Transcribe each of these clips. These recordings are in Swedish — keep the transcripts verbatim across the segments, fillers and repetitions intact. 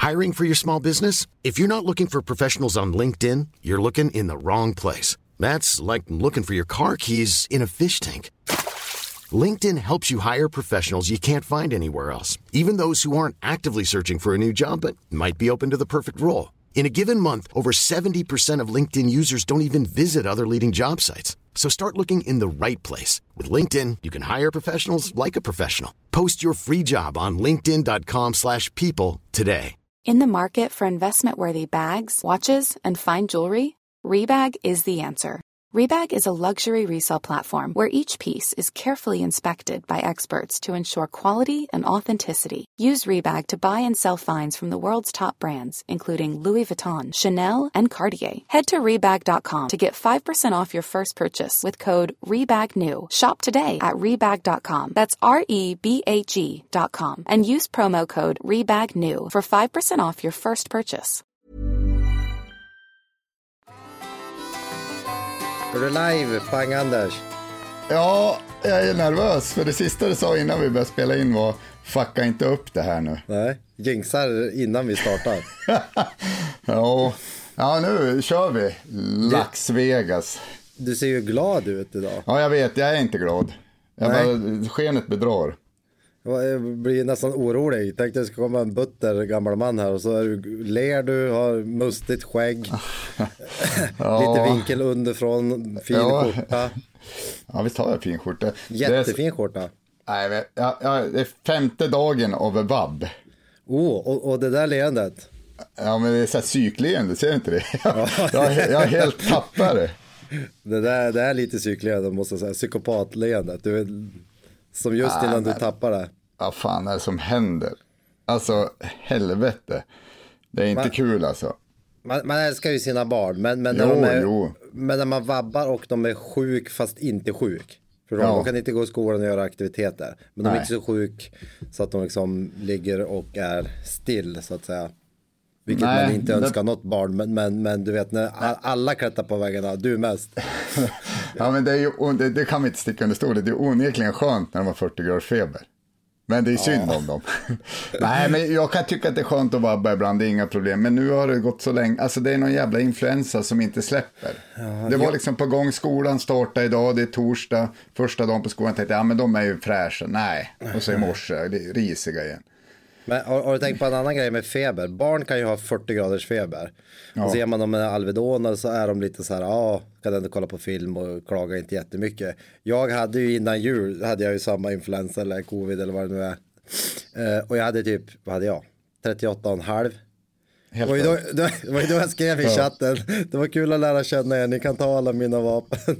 Hiring for your small business? If you're not looking for professionals on LinkedIn, you're looking in the wrong place. That's like looking for your car keys in a fish tank. LinkedIn helps you hire professionals you can't find anywhere else, even those who aren't actively searching for a new job but might be open to the perfect role. In a given month, over seventy percent of LinkedIn users don't even visit other leading job sites. So start looking in the right place. With LinkedIn, you can hire professionals like a professional. Post your free job on linkedin dot com slash people today. In the market for investment-worthy bags, watches, and fine jewelry, Rebag is the answer. Rebag is a luxury resale platform where each piece is carefully inspected by experts to ensure quality and authenticity. Use Rebag to buy and sell finds from the world's top brands, including Louis Vuitton, Chanel, and Cartier. Head to Rebag dot com to get five percent off your first purchase with code REBAGNEW. Shop today at Rebag dot com. That's R E B A G dot com. And use promo code REBAGNEW for five percent off your first purchase. Är du live, Pang Anders? Ja, jag är nervös. För det sista du sa innan vi började spela in var fucka inte upp det här nu. Nej, jinxar innan vi startar. ja. ja, nu kör vi. Las Vegas. Du ser ju glad ut idag. Ja, jag vet. Jag är inte glad. Jag bara, skenet bedrar. Jag blir nästan orolig. Jag tänkte att det ska komma en butter gammal man här och så är du, ler du, har mustigt skägg. ja. Lite vinkel underifrån, fin ja. skjorta. Ja, visst har jag fin skjorta. Jättefin skjorta. Nej, ja, ja, det är femte dagen av vabb. Oh, och, och det där leendet. Ja, men det är så här psykleende, ser du inte det? jag, jag, jag är helt tappare. Det där det är lite psykleende, måste jag säga. Psykopatleendet. Du är... Som just innan ah, men, du tappar det. Vad fan är det som händer? Alltså, helvete. Det är inte man, kul alltså. Man, man älskar ju sina barn. Men, men, jo, när de är, jo. men när man vabbar och de är sjuk fast inte sjuk. För de, ja. de kan inte gå i skolan och göra aktiviteter. Men Nej. de är inte så sjuk så att de liksom ligger och är still så att säga. Vilket Nej, man inte önskar det... något barn. Men, men, men du vet, när alla klättrar på vägarna, du mest. ja, men det, är ju, det, det kan vi inte sticka under stol. Det är onekligen skönt när de har fyrtio graders feber. Men det är synd ja. om dem. Nej, men jag kan tycka att det är skönt att vabba ibland, det är inga problem. Men nu har det gått så länge. Alltså det är någon jävla influensa som inte släpper. Ja, det var jag... liksom på gång, skolan startade idag, det är torsdag. Första dagen på skolan jag tänkte jag, ja men de är ju fräscha. Nej, och så i morse, risiga igen. Men har, har du tänkt på en annan grej med feber? Barn kan ju ha fyrtio graders feber. Ja. Och ser man dem med Alvedon så är de lite så här, ja, kan ändå kolla på film och klaga inte jättemycket. Jag hade ju innan jul, hade jag ju samma influensa eller covid eller vad det nu är. Uh, och jag hade typ, vad hade jag? trettioåtta och en halv. Det var ju då, då, det var ju då jag skrev i chatten. Det var kul att lära känna er. Ni kan ta alla mina vapen.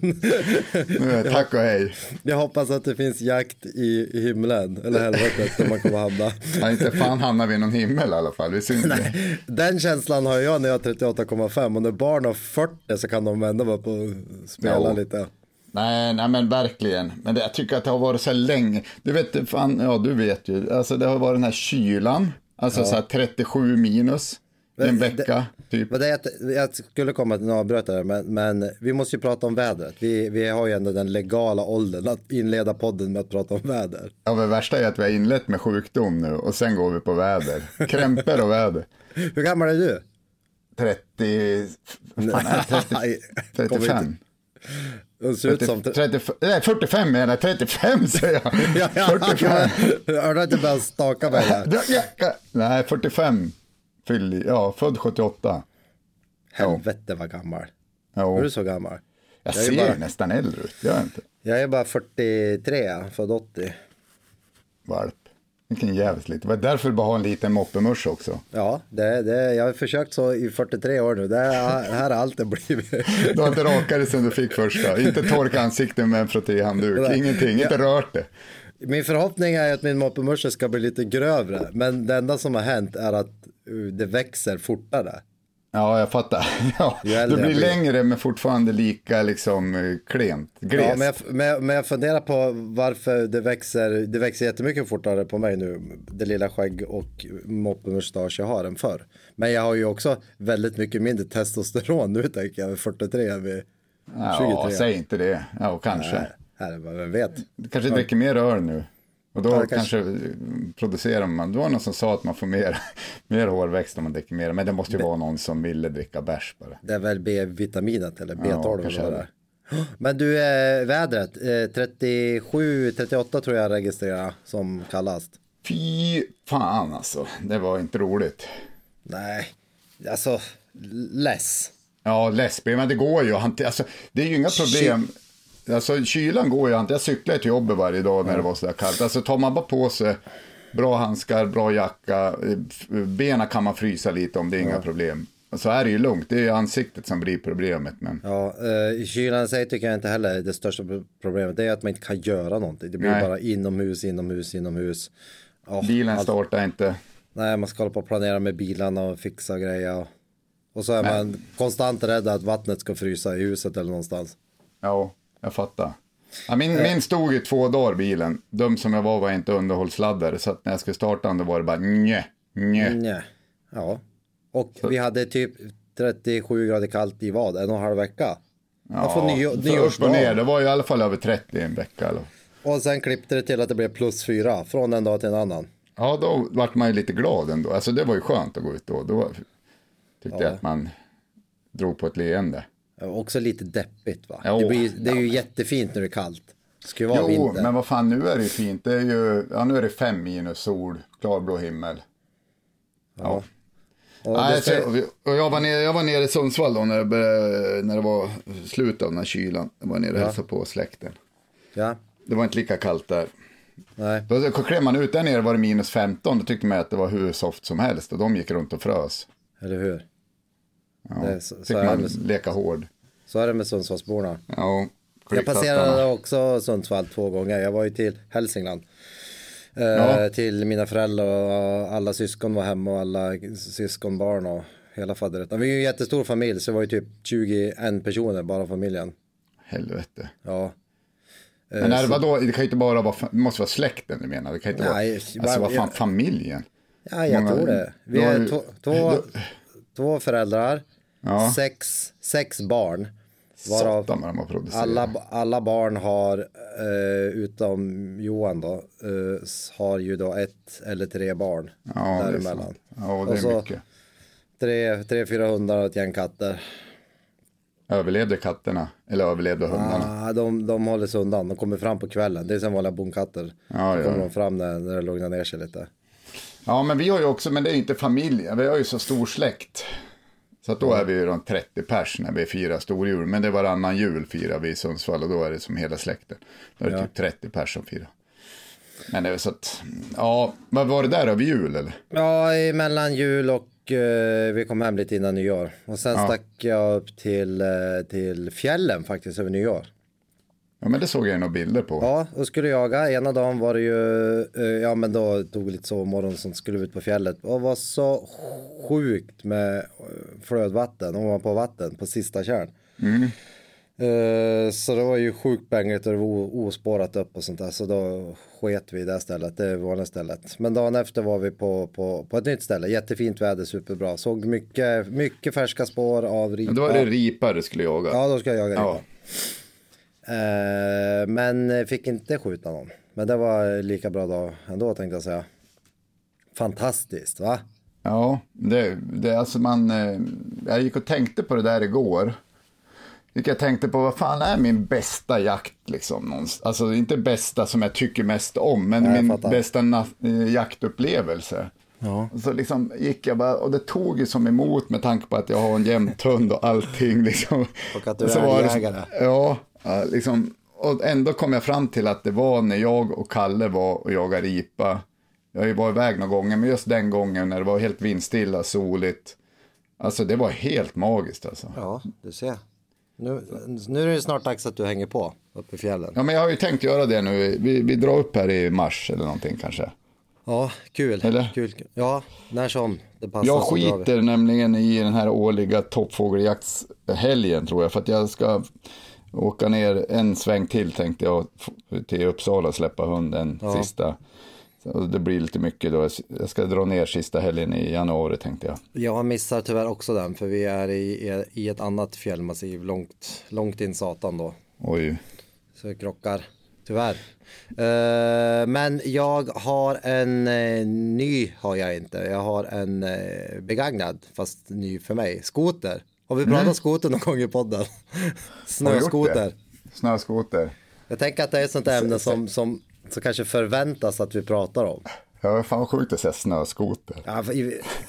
Nu, tack och hej. Jag hoppas att det finns jakt i, i himlen. Eller helvetet där man kommer hamna. Ja, inte fan hamnar vi i någon himmel i alla fall. Vi syns. Nej, den känslan har jag när jag är trettioåtta komma fem. Och när barn har fyrtio så kan de ändå vara på och spela ja. lite. Nej, nej men verkligen. Men det, jag tycker att det har varit så länge. Du vet, fan, ja du vet ju. Alltså det har varit den här kylan. Alltså ja. så här trettiosju minus. En vecka, typ. Det, det, jag skulle komma till en avbrötare, men, men vi måste ju prata om vädret. Vi, vi har ju ändå den legala åldern att inleda podden med att prata om väder. Ja, men värsta är att vi har inlett med sjukdom nu och sen går vi på väder. Krämper och väder. Hur gammal är du? trettio... Fan, är trettio trettiofem. Det ser ut som... trettio, nej, fyrtiofem menar jag, trettiofem säger jag. ja, ja, fyrtiofem. Har du inte bara staka mig här? Nej, fyrtiofem. Fyll, ja, född sjuttioåtta. Helvete vad gammal. Jo. Är du så gammal? Jag, jag ser bara, nästan äldre ut, jag inte. Jag är bara fyrtiotre, född åttio. Valp. Vilken jävligt lite. Det var därför bara ha en liten moppemurs också. Ja, det, det, jag har försökt så i fyrtiotre år nu. Det här, här har allt det blivit. Du har inte rakat sen du fick första. Inte torka ansikten med en frottéhandduk. Ingenting, inte rört det. Min förhoppning är att min moppemurs ska bli lite grövre. Men det enda som har hänt är att det växer fortare. Ja, jag fattar. Ja, det blir, blir längre men fortfarande lika liksom klent, glest. Ja, men jag, men, men jag funderar på varför det växer, det växer jättemycket fortare på mig nu. Det lilla skägg och moppemustasch jag har än förr. Men jag har ju också väldigt mycket mindre testosteron nu, tänker jag, fyrtiotre än vid tjugotre. Ja, säg inte det. Ja, kanske. Nej, här, vem vet. Du kanske dricker mer rör nu. Och då Ja, kanske, kanske producerar man, det var någon som sa att man får mer, mer hårväxt om man dricker mer, men det måste ju B- vara någon som ville dricka bärs bara. Det är väl B-vitaminet eller B tolv ja, eller vad det är. Men du, eh, vädret, eh, trettiosju trettioåtta tror jag registrerar som kallast. Fy fan alltså, det var inte roligt. Nej, alltså less. Ja, less, men det går ju, alltså, det är ju inga problem. Alltså kylan går ju, jag cyklar till jobbet varje dag när det var så där kallt. Alltså tar man bara på sig bra handskar, bra jacka, benen kan man frysa lite om det är inga ja. problem. Så är det ju lugnt, det är ansiktet som blir problemet. Men... Ja, uh, kylan sig tycker jag inte heller det största problemet. Det är att man inte kan göra någonting. Det blir Nej. bara inomhus, inomhus, inomhus. Oh, Bilen allt... startar inte. Nej, man ska hålla på och planera med bilarna och fixa grejer. Och, och så är Men... man konstant rädd att vattnet ska frysa i huset eller någonstans. Ja, jag fattar. Ja, min, min stod i två dagar bilen. De som jag var var inte underhållsladdare. Så att när jag skulle starta den då var det bara nje, nje. nje. Ja. Och så. Vi hade typ trettiosju grader kallt i vad? En och en halv vecka? Ja, ny, upp och ner. Det var i alla fall över trettio en vecka. Eller? Och sen klippte det till att det blev plus fyra från en dag till en annan. Ja, då vart man ju lite glad ändå. Alltså det var ju skönt att gå ut då. Då tyckte ja. jag att man drog på ett leende. Också lite deppigt va? Jo, det, blir, det är ju ja. jättefint när det är kallt. Det ska ju vara jo, vinter. Men vad fan, nu är det ju fint. Det är ju, ja, nu är det fem minus sol, klarblå himmel. Ja. ja. Och, Nej, ska... så, och jag, var nere, jag var nere i Sundsvall då när det, började, när det var slut av den här kylan. Jag var nere och ja. hälsade på släkten. Ja. Det var inte lika kallt där. Nej. Då klev man ut där nere var det minus femton. Då tyckte man att det var hur soft som helst. Och de gick runt och frös. Eller hur? Ja, det, så, fick så man med, leka hård. Så är det med Sundsvallsborna. Ja, jag passerade också Sundsvall två gånger. Jag var ju till Hälsingland. Eh, ja. Till mina föräldrar och alla syskon var hemma och alla syskonbarn och hela faderettan. Vi är ju en jättestor familj så det var ju typ tjugoen personer bara familjen. Helvete. Ja. Men är det, vadå, det kan ju inte bara vara, det måste vara släkten du menar. Det kan inte Nej, vara, alltså vad fan, familjen. Ja, jag Många, tror det. Vi är ju, två, två, två föräldrar, ja. sex, sex barn. Varav alla, alla barn har, eh, utom Johan då, eh, har ju då ett eller tre barn ja, däremellan. Ja, det är och så mycket. Tre, tre, fyra hundar och ett gäng katter. Överlevde katterna? Eller överlevde hundarna? Ah, de, de håller sig undan. De kommer fram på kvällen. Det är som vanliga bonkatter. Ja, då kommer ja. de fram när, när det lugnar ner sig lite. Ja, men vi har ju också, men det är ju inte familjen. Vi har ju så stor släkt. Så att då ja. är vi ju runt trettio pers när vi firar storjul. Men det är varannan jul firar vi i Sundsvall och då är det som hela släkten. Då är det ja. typ trettio pers som firar. Men det är så att, ja, vad var det där över jul eller? Ja, mellan jul och vi kom hem lite innan nyår. Och sen ja. stack jag upp till, till fjällen faktiskt över nyår. Ja, men det såg jag några bilder på. Ja, och skulle jaga. Ena dagen var det ju, ja men då tog lite sovmorgon som skulle ut på fjället. Och var så sjukt med flödvatten, ovanpå vatten på sista kärn. Mm. Uh, så det var ju sjukt bängligt och det var ospårat upp och sånt där. Så då sket vi i det stället, det var det stället. Men dagen efter var vi på, på, på ett nytt ställe. Jättefint väder, superbra. Såg mycket, mycket färska spår av ripa. Men då var det ripa du skulle jaga. Ja, då ska jag jaga ripa. Ja. Uh, men fick inte skjuta någon. Men det var lika bra då ändå tänkte jag säga. Fantastiskt, va? Ja, det, det alltså man... Jag gick och tänkte på det där igår. Jag tänkte på vad fan är min bästa jakt liksom. Alltså inte bästa som jag tycker mest om. Men Nej, min bästa na- jaktupplevelse. Ja. Så liksom gick jag bara, och det tog ju som emot med tanke på att jag har en jämnt hund och allting liksom. Och att du så är var jägare. Det, ja, liksom. Och ändå kom jag fram till att det var när jag och Kalle var och jagade ripa. Jag har ju varit iväg några gånger, men just den gången när det var helt vindstilla, soligt. Alltså det var helt magiskt alltså. Ja, du ser. Nu, nu är det snart dags att du hänger på uppe i fjällen. Ja, men jag har ju tänkt göra det nu. Vi, vi drar upp här i mars eller någonting kanske. Ja, kul. Eller? kul. Ja, när som det passar. Jag skiter nämligen i den här årliga toppfågeljaktshelgen tror jag. För att jag ska åka ner en sväng till tänkte jag till Uppsala och släppa hunden ja. sista. Så det blir lite mycket då. Jag ska dra ner sista helgen i januari tänkte jag. Jag missar tyvärr också den för vi är i, i ett annat fjällmassiv långt, långt in satan då. Oj. Så jag krockar. Tyvärr. Uh, men jag har en uh, ny har jag inte. Jag har en uh, begagnad, fast ny för mig. Skoter. Har vi pratat mm. skoter någon gång i podden? Snöskoter. Snöskoter. Jag tänker att det är ett sånt ämne som, som, som kanske förväntas att vi pratar om. Ja, fan vad sjukt att säga snöskoter. Ja, för...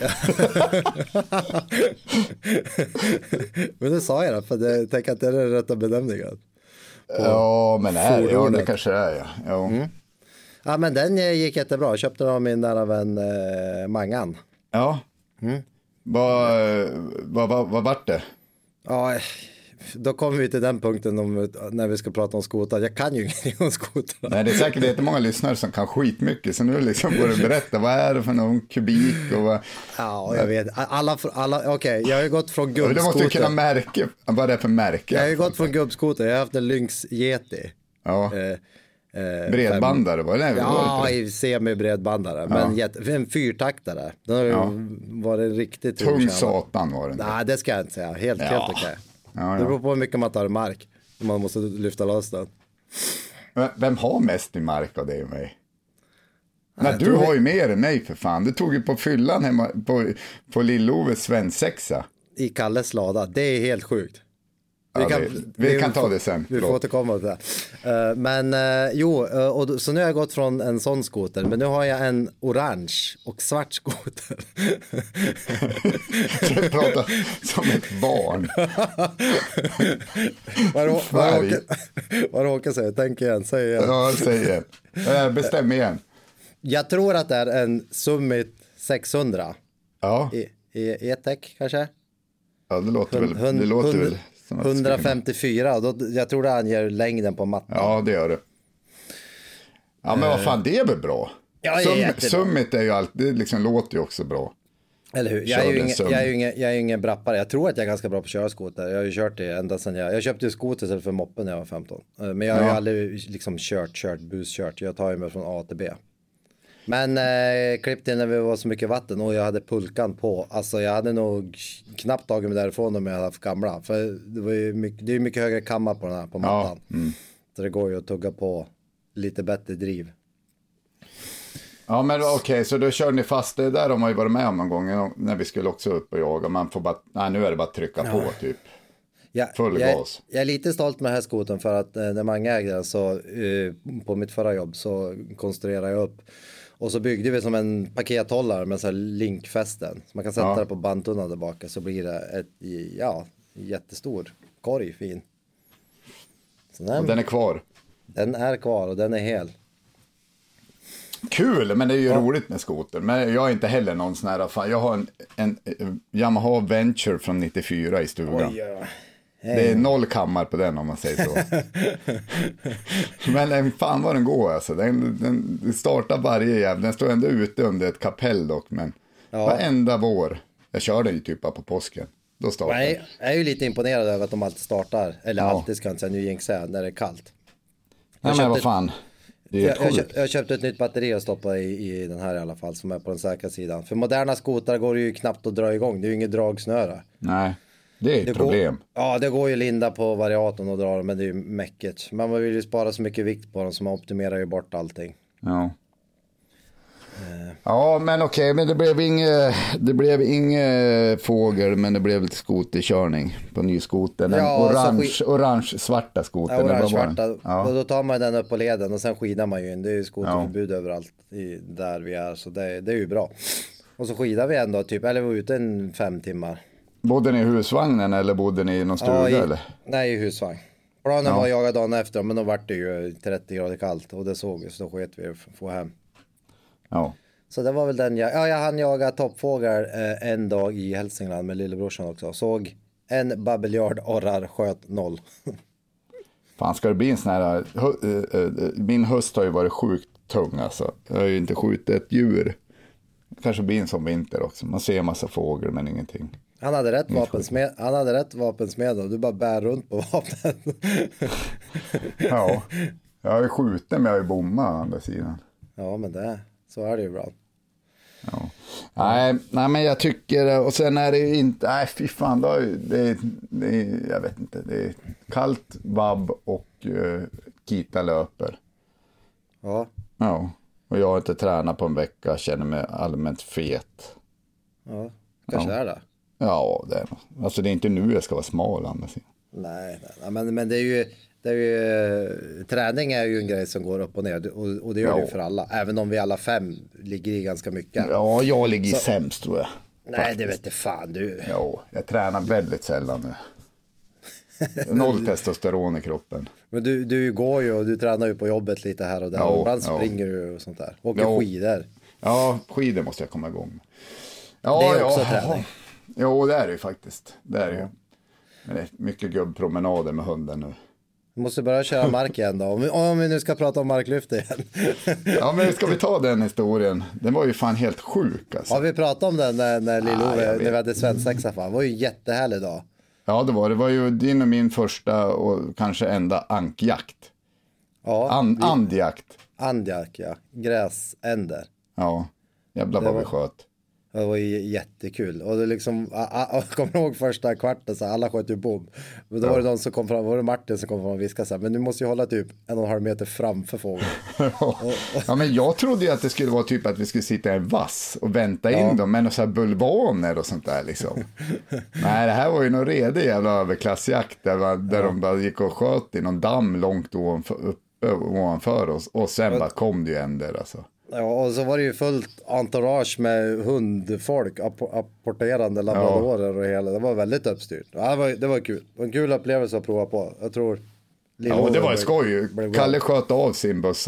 Men nu sa jag det, för jag tänker att det är den rätta benämningen. Ja, men är det, ja, det kanske är, ja. Ja. Mm. Ja, men den gick jättebra. Jag köpte den av min nära vän eh, Mangan. Ja. Mm. Vad, vad, vad, vad vart det? Ja, då kommer vi till den punkten om, när vi ska prata om skotar. Jag kan ju ingenting om skotar. Nej, det är säkert jättemånga lyssnare som kan skitmycket. Så nu liksom går det berätta, vad är det för någon kubik? Och vad... Ja, jag vet. Alla, alla, okej, okay. Jag har ju gått från gubbskoter. Du måste ju kunna märka, vad det är för märke. Jag har ju gått från gubbskoter. Jag har haft en Lynx Yeti. Ja. Eh, eh, bredbandare var det? Ja, i semi-bredbandare. Men ja. En fyrtaktare. Den har ju ja. varit riktigt tung satan var den. Nej, det ska jag inte säga. Helt, ja. helt okej. Okay. Ja, ja. Det beror på hur mycket man tar i mark. Man måste lyfta lös den. Vem har mest i mark av dig och mig? Nej, Nej, du har vi... ju mer än mig för fan. Du tog ju på fyllan hemma på, på Lill-Oves svensexa. I Kalles lada. Det är helt sjukt. Vi, ja, kan, det, vi, vi kan ta det sen. Vi får återkomma till det. Uh, men uh, jo, uh, och, så nu har jag gått från en sån skoter. Men nu har jag en orange och svart skoter. Du pratar som ett barn. Vad råkar säga? Tänk igen, säg igen. Ja, säg igen. Bestäm igen. Jag tror att det är en Summit sexhundra. Ja. I, i E-Tech kanske? Ja, det låter hund, väl. Det låter hund, väl. hundrafemtiofyra, då, jag tror det anger längden på mattan. Ja, det gör det. Ja, men vad fan, det är väl bra. Ja, Sum, Summit är ju alltid, det liksom låter ju också bra. Eller hur? Jag är, ju ingen, jag, är ju ingen, jag är ju ingen brappare. Jag tror att jag är ganska bra på att köra skoter. Jag har ju kört det ända sedan jag... Jag köpte ju skoter istället för moppen när jag var femton. Men jag har ja. ju aldrig liksom kört, kört, buskört. Jag tar ju mig från A till B. Men eh, klippte in när vi var så mycket vatten och jag hade pulkan på. Alltså jag hade nog knappt tagit mig därifrån om jag hade haft gamla. För det var ju mycket, det är mycket högre kammar på den här på mattan. Ja. Mm. Så det går ju att tugga på lite bättre driv. Ja, men okej, okay, så då kör ni fast. Det där har man ju varit med om någon gång när vi skulle också upp och jaga. Man får bara, nej nu är det bara att trycka ja. på typ. Ja, Full jag, gas. Jag är lite stolt med den här skoten för att eh, när man ägde den så eh, på mitt förra jobb så konstruerade jag upp. Och så byggde vi som en pakethållare med så här linkfästen. Så man kan sätta ja. det på bandtunnan där bak så blir det ett, ja, jättestor korg, fin. Så den, och den är kvar? Den är kvar och den är hel. Kul, men det är ju ja. roligt med skoter. Men jag är inte heller någon sån här, fan. Jag har en, en, en Yamaha Venture från nittiofyra i stugan. Oj, ja. Hey. Det är noll kammar på den om man säger så. Men fan vad den går alltså. Den, den startar varje jävla. Den står ändå ute under ett kapell dock. Men ja. varenda vår. Jag kör den ju typ på påsken. Då startar Nej, jag är ju lite imponerad över att de alltid startar. Eller ja. alltid ska jag inte säga, nu jinx jag när det är kallt. Nej men vad fan. Jag, jag, köpt, jag köpte ett nytt batteri och stoppade i, i den här i alla fall. Som är på den säkra sidan. För moderna skotar går det ju knappt att dra igång. Det är ju inget dragsnöre. Nej. Det är ett det problem. Går, ja, det går ju linda på variatorn och dra, men det är ju mäcket. Men man vill ju spara så mycket vikt på dem så man optimerar ju bort allting. Ja. Uh. Ja, men okej, okay, men det blev inget det blev inget fågel, men det blev lite skoterkörning på nyskoten. Ja, orange, sk- orange svarta skoter. Ja, orange svarta. Ja. Och då tar man den upp på leden och sen skidar man ju in. Det är ju skoterförbud ja. överallt i, där vi är, så det, det är ju bra. Och så skidar vi ändå typ, eller vi var ute en fem timmar. Bodde ni i husvagnen eller bodde ni i någon stuga? Ja, i, eller? Nej, i husvagn. Planen ja. var att jaga dagen efter, men då var det ju trettio grader kallt och det såg vi, så då sket vi att få hem. Ja. Så det var väl den jag, ja jag hann jaga toppfågel eh, en dag i Hälsingland med lillebrorsan också. Såg en babeljard orrar, sköt noll. Fan, ska det bli en sån här, min höst har ju varit sjukt tung alltså. Jag har ju inte skjutit ett djur. Kanske blir en sån vinter också. Man ser en massa fågel men ingenting. Han hade rätt vapensmed, han hade rätt vapensmed och du bara bär runt på vapnen. Ja, jag har ju skjutit men jag har ju bommat å andra sidan. Ja, men det, så är det ju bra. Ja. Nej, nej, men jag tycker, och sen är det ju inte, nej fy fan, då, det, det, jag vet inte, det är kallt, vabb och uh, kita löper. Ja. Ja, och jag har inte tränat på en vecka, känner mig allmänt fet. Ja, kanske ja. är det. Ja, det är alltså det är inte nu jag ska vara smal. Annars. Nej, nej, men, men det är ju, det är ju, träning är ju en grej som går upp och ner och, och det gör ja. det ju för alla. Även om vi alla fem ligger i ganska mycket. Ja, jag ligger Så, i sämst tror jag. Nej, faktiskt. Det vet inte fan du. Ja, jag tränar väldigt sällan nu. Noll testosteron i kroppen. Men du, du går ju och du tränar ju på jobbet lite här och där. Ja, och ibland ja. springer du och sånt där. Åker ja. skidor. Ja, skidor måste jag komma igång med. Ja, det är också ja, träning. Jo, det är det ju faktiskt. Det är det ju. Men det är mycket gubbpromenader med hunden nu. Du måste börja köra mark igen då. Om vi, om vi nu ska prata om marklyft igen. Ja, men ska vi ta den historien? Den var ju fan helt sjuk alltså. Har vi pratat om den när, när Lill-Ove, när vi hade svensexa fan? Det var ju en jättehärlig dag. Ja, det var det. var ju din och min första och kanske enda ankjakt. Ja. An, vi, andjakt. Andjakt, ja. Gräsänder. Ja, jävlar vad vi sköt. Det var ju jättekul. Och det liksom, jag kommer ihåg första kvarten så alla sköt ju bom. Men då ja. var det de som kom fram, var det Martin som kom fram och viskade så här, men du måste ju hålla typ en och en halv meter framför fågeln. ja. ja, men jag trodde ju att det skulle vara typ att vi skulle sitta i en vass och vänta ja. in dem med så här bulvaner och sånt där liksom. Nej, det här var ju någon redig jävla överklassjakt där, där ja. de bara gick och sköt i någon damm långt ovanför, uppe ovanför oss och sen ja. bara kom det ju en där alltså. Ja, och så var det ju fullt entourage med hundfolk, apporterande labradorer ja. och hela. Det var väldigt uppstyrt. Ja, det, var, det var kul. Det var en kul upplevelse att prova på. Jag tror... Ja, det var ju skoj. Kalle sköt av sin buss.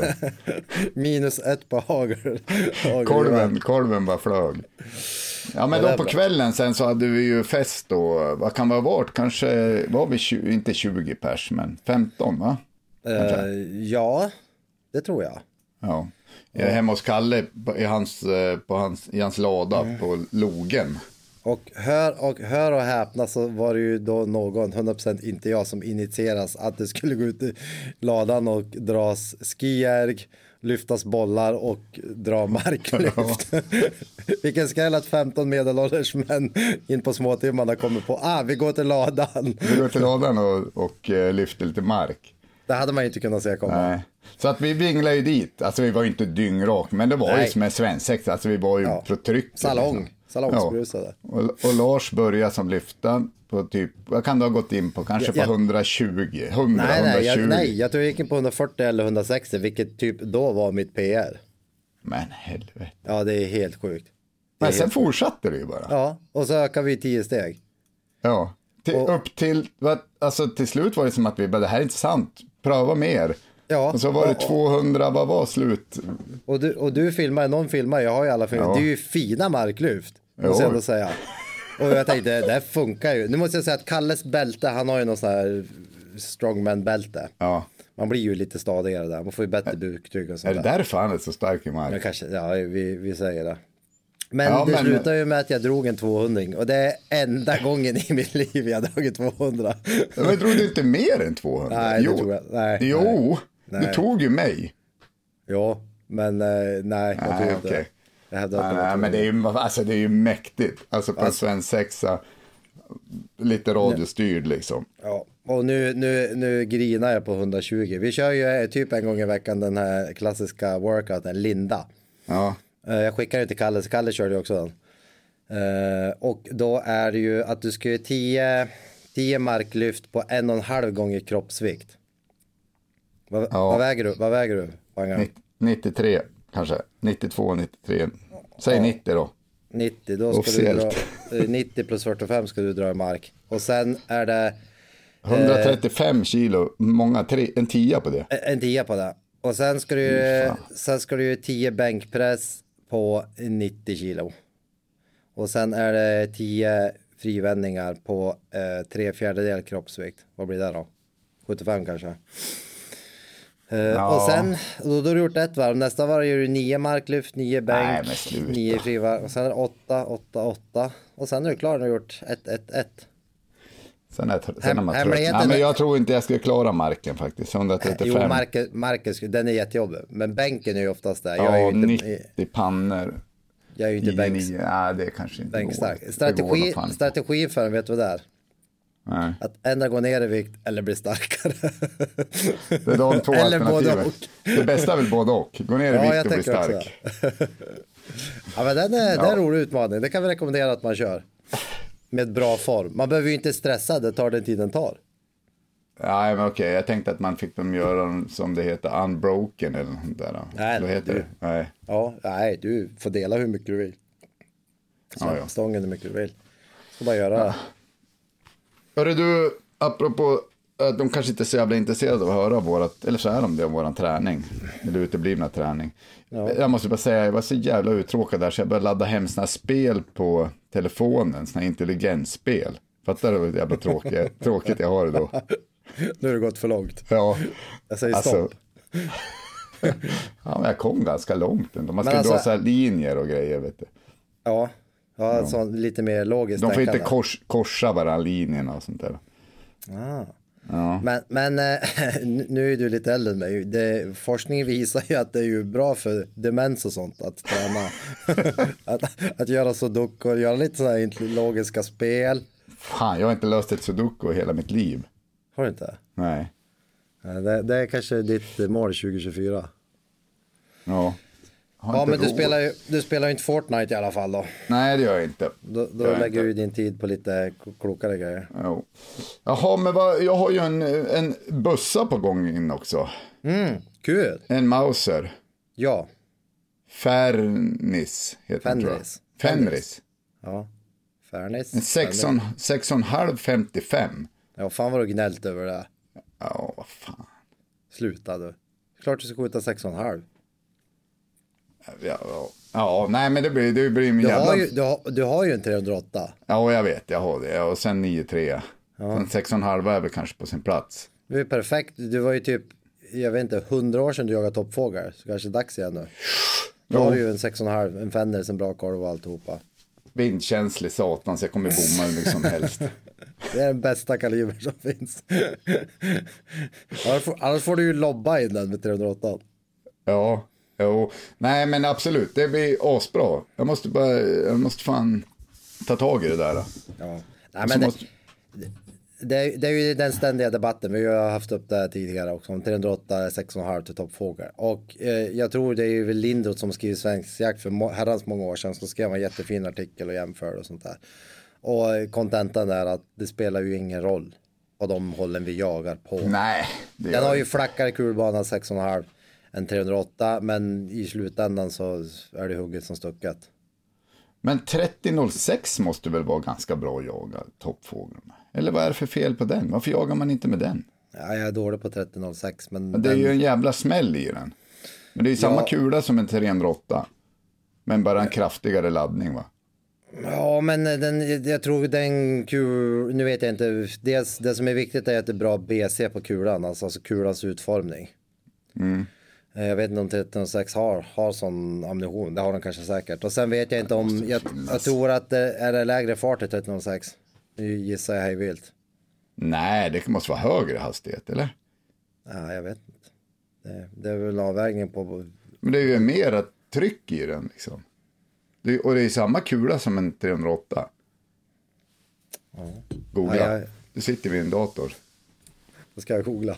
Minus ett på hagel. Kolven, kolven bara flög. Ja, men då på kvällen sen så hade vi ju fest då. Vad kan vi ha varit? Kanske var vi tjugo, inte tjugo pers, men femton va? Uh, ja, det tror jag. Ja. Jag är hemma hos Kalle i hans, på hans, i hans lada mm. på logen. Och hör, och hör och häpna så var det ju då någon, hundra procent inte jag, som initieras att det skulle gå ut i ladan och dras skijärg, lyftas bollar och dra marklyft. Ja. Vilken skräll att femton medelålders män in på småtimmarna kommer på, ah vi går till ladan. Vi går till ladan och, och uh, lyfter lite mark. Det hade man ju inte kunnat se komma. Nej. Så att vi vinglade ju dit. Alltså vi var ju inte dyngrak, men det var Nej. ju som en svensex. Alltså vi var ju ja. på tryck. Salong. Liksom. Salongsbrusade. Ja. Och, och Lars började som lyfta på typ, vad kan du ha gått in på? Kanske ja, på hundratjugo. hundra, nej, nej, hundratjugo. Jag, nej, jag tror jag gick in på hundrafyrtio eller hundrasextio, vilket typ då var mitt P R. Men helvete. Ja, det är helt sjukt. Men är sen helt fortsatte det ju bara. Ja, och så ökar vi tio steg. Ja, till, och, upp till, alltså till slut var det som att vi bara, det här är inte sant. Pröva mer. Ja, och så var det tvåhundra, vad var slut? Och du, och du filmar, någon filmar, jag har ju alla filmer. Ja. Det är ju fina marklyft, måste jag ändå säga. Och jag tänkte, det här funkar ju. Nu måste jag säga att Kalles bälte, han har ju någon sån här strongman-bälte. Ja. Man blir ju lite stadigare där, man får ju bättre buktryck och sånt. Är det där. därför han är så stark i mark? Ja, kanske, ja vi, vi säger det. Men ja, det men... slutar ju med att jag drog en tvåhundring. Och det är enda gången i mitt liv jag har dragit tvåhundra. Men drog du inte mer än tvåhundra? Nej, det tror jag. Nej, jo, nej. Du tog ju mig. Jo, men nej, nej jag tror inte. Okay. Nej, nej, men det är, ju, alltså, det är ju mäktigt. Alltså på alltså, en svensexa, lite radiostyrd liksom. Ja, och nu, nu, nu grinar jag på hundratjugo. Vi kör ju typ en gång i veckan den här klassiska workouten, Linda. Ja. Jag skickar det till Kalle, så Kalle körde också den. Och då är det ju att du ska ju tio, tio marklyft på en och en halv gånger kroppsvikt. Vad, ja. vad väger du? Vad väger du? nittiotre kanske. nittiotvå, nittiotre. Säg ja. nittio då. nittio, då ska Officiellt. du dra nittio plus fyrtiofem ska du dra i mark. Och sen är det hundratrettiofem eh, kilo, många tre, en tia på det. En tia på det. Och sen ska du mm, sen ska du ju tio bänkpress på nittio kilo. Och sen är det tio frivändningar på eh, tre fjärdedel kroppsvikt. Vad blir det då? sjuttiofem kanske. Uh, ja. Och sen, då, då har du gjort ett varv. Nästa varv gör du nio marklyft, nio bänk, Nej, nio frivarv. Och sen är det åtta, åtta, åtta. Och sen är du klar när du har gjort ett, ett, ett. Sen är, sen är man trött. Nej, men jag tror inte jag skulle klara marken faktiskt. hundratrettiofem. Jo, marken, marken den är jättejobbig. Men bänken är ju oftast där. Ja, jag är ju inte, nittio pannor. Jag är ju inte bänk. Nej, det är kanske inte bänkstark. Strategi, strategi för en, vet du vad det är? Nej. Att ändra gå ner i vikt eller bli starkare. Det är de två eller alternativen. Det bästa är väl både och. Gå ner i ja, vikt och bli stark. Ja, men den är, ja. det är en rolig utmaning. Det kan vi rekommendera att man kör. Med bra form. Man behöver ju inte stressa, det tar den tiden tar. Nej, men okej. Jag tänkte att man fick dem göra som det heter unbroken eller något där. Nej, Då heter du, det. Nej. Ja, nej, du får dela hur mycket du vill. Ja, ja. Stången hur mycket du vill. Ska bara göra det. Hörru du, apropå att de kanske inte är så jävla intresserade av att höra vårat, eller så är de det om våran träning, eller uteblivna träning. Ja. Jag måste bara säga, jag var så jävla uttråkad där så jag började ladda hem såna här spel på telefonen, såna här intelligensspel. Fattar du hur jävla tråkigt, tråkigt jag har det då? Nu har det gått för långt. Ja. Jag säger alltså, stopp. Ja, men jag kom ganska långt ändå. Man ska alltså, dra så här linjer och grejer, vet du. Ja, ja, ja. Så lite mer logiskt. De får inte kors, korsa varandra linjerna och sånt där. Ah. Ja. Men, men nu är du lite äldre än mig. Det, forskningen visar ju att det är ju bra för demens och sånt att träna. att, att göra sudoku och göra lite sådana här logiska spel. Fan, jag har inte löst ett sudoku hela mitt liv. Har du inte? Nej. Det, det är kanske ditt mål tjugo tjugofyra. Ja. Ja, men du spelar, ju, du spelar ju inte Fortnite i alla fall då. Nej, det gör jag inte. Då, då jag lägger inte. du din tid på lite klokare grejer. Jo. Jaha, men vad, jag har ju en, en bussa på gång in också. Mm, kul. En Mauser. Ja. Fernis heter den, tror jag. Fenris. Fenris. Ja, Fernis. En sex och en halv femtiofem. Ja, fan vad du gnällt över det. Ja, vad fan. Sluta du. Klart du ska skjuta sex och en halv. Ja, ja. ja, nej men det blir, det blir min Du jävla... har ju, du har, du har ju en trehundraåtta. Ja, jag vet, jag har det. Och sen nio tre. Ja. Sen sex och en halv är väl kanske på sin plats. Det är perfekt. Du var ju typ, jag vet inte, hundra år sedan du jagade toppfåglar. Så kanske det är dags igen nu. Då har du ju en sex och en halv, en Fenders, en bra korv och alltihopa. Vindkänslig satan, så jag kommer bomma hur mycket som helst. Det är den bästa kaliber som finns. annars, får, annars får du ju lobba in den med trehundraåtta. Ja, jo. Nej men absolut, det blir asbra. Jag måste bara, jag måste fan ta tag i det där. Ja. Nej, men det, måste... det, det är ju den ständiga debatten. Vi har haft upp det här tidigare också. Om trehundraåtta, sex och en halv till toppfåglar. Och eh, jag tror det är ju Lindroth som skriver Svensk jakt för må- herrans många år sedan. Så skrev han en jättefin artikel och jämförde och sånt där. Och kontentan är att det spelar ju ingen roll vad de hållen vi jagar på. Nej. Det Den har ju flackare kulbana sex och en halv än trehundraåtta. Men i slutändan så är det hugget som stucket. Men trettio noll sex måste väl vara ganska bra att jaga toppfåglarna. Eller vad är det för fel på den? Varför jagar man inte med den? Ja, jag är dålig på trettio noll sex. Men det är den... ju en jävla smäll i den. Men det är ju samma Ja. kula som en trehundraåtta. Men bara en kraftigare laddning, va? Ja, men den, jag tror den kul, nu vet jag inte, dels, det som är viktigt är att det är bra B C på kulan, alltså, alltså kulans utformning. Mm. Jag vet inte om trettio noll sex har, har sån ammunition, det har de kanske säkert. Och sen vet jag inte om, jag, jag tror att det är det lägre fart i trettio noll sex. Nu gissar jag hej vilt. Nej, det måste vara högre hastighet, eller? Ja, jag vet inte. Det, det är väl en avvägning på... Men det är ju mera tryck i den liksom. Det, och det är samma kula som en trehundraåtta. Ja. Googla. Ja, jag... Du sitter vid en dator. Då ska jag googla.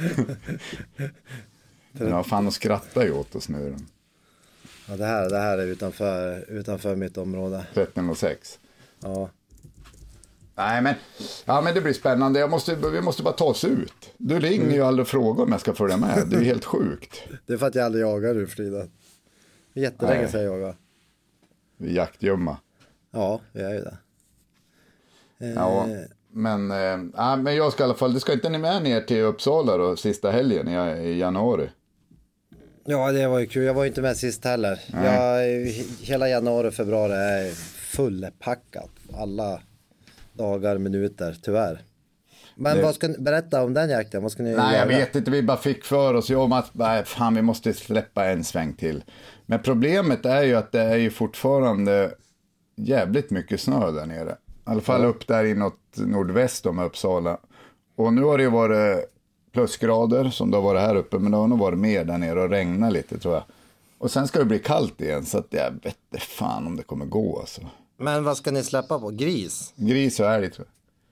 Men vad fan, och skrattar ju åt oss nu. Ja, det här, det här är utanför, utanför mitt område. trettio noll sex. Ja. Nej, men, ja, men det blir spännande. Jag måste, vi måste bara ta oss ut. Du ringer mm. ju aldrig och frågar om jag ska följa med. Det är ju helt sjukt. Det är för att jag aldrig jagar nu för tiden. Jättelänge sedan jag jagar. Vi är jaktgömma. Ja, vi är ju det. Ja, men, äh, ja, men jag ska i alla fall, det ska inte ni med ner till Uppsala då, sista helgen i, i januari? Ja, det var ju kul. Jag var ju inte med sist heller. Jag, hela januari, februari är fullpackat. Alla dagar, minuter, tyvärr. Men det... vad ska ni berätta om den jakten? Vad ska ni Nej, göra? jag vet inte. Vi bara fick för oss om att nej, fan, vi måste släppa en sväng till. Men problemet är ju att det är ju fortfarande jävligt mycket snö där nere. I alla fall ja. Upp där inåt nordväst om Uppsala. Och nu har det ju varit plusgrader som det har varit här uppe. Men det har nog varit mer där nere och regna lite, tror jag. Och sen ska det bli kallt igen. Så att jag vet inte fan om det kommer gå alltså. Men vad ska ni släppa på? Gris? Gris och älg, tror jag.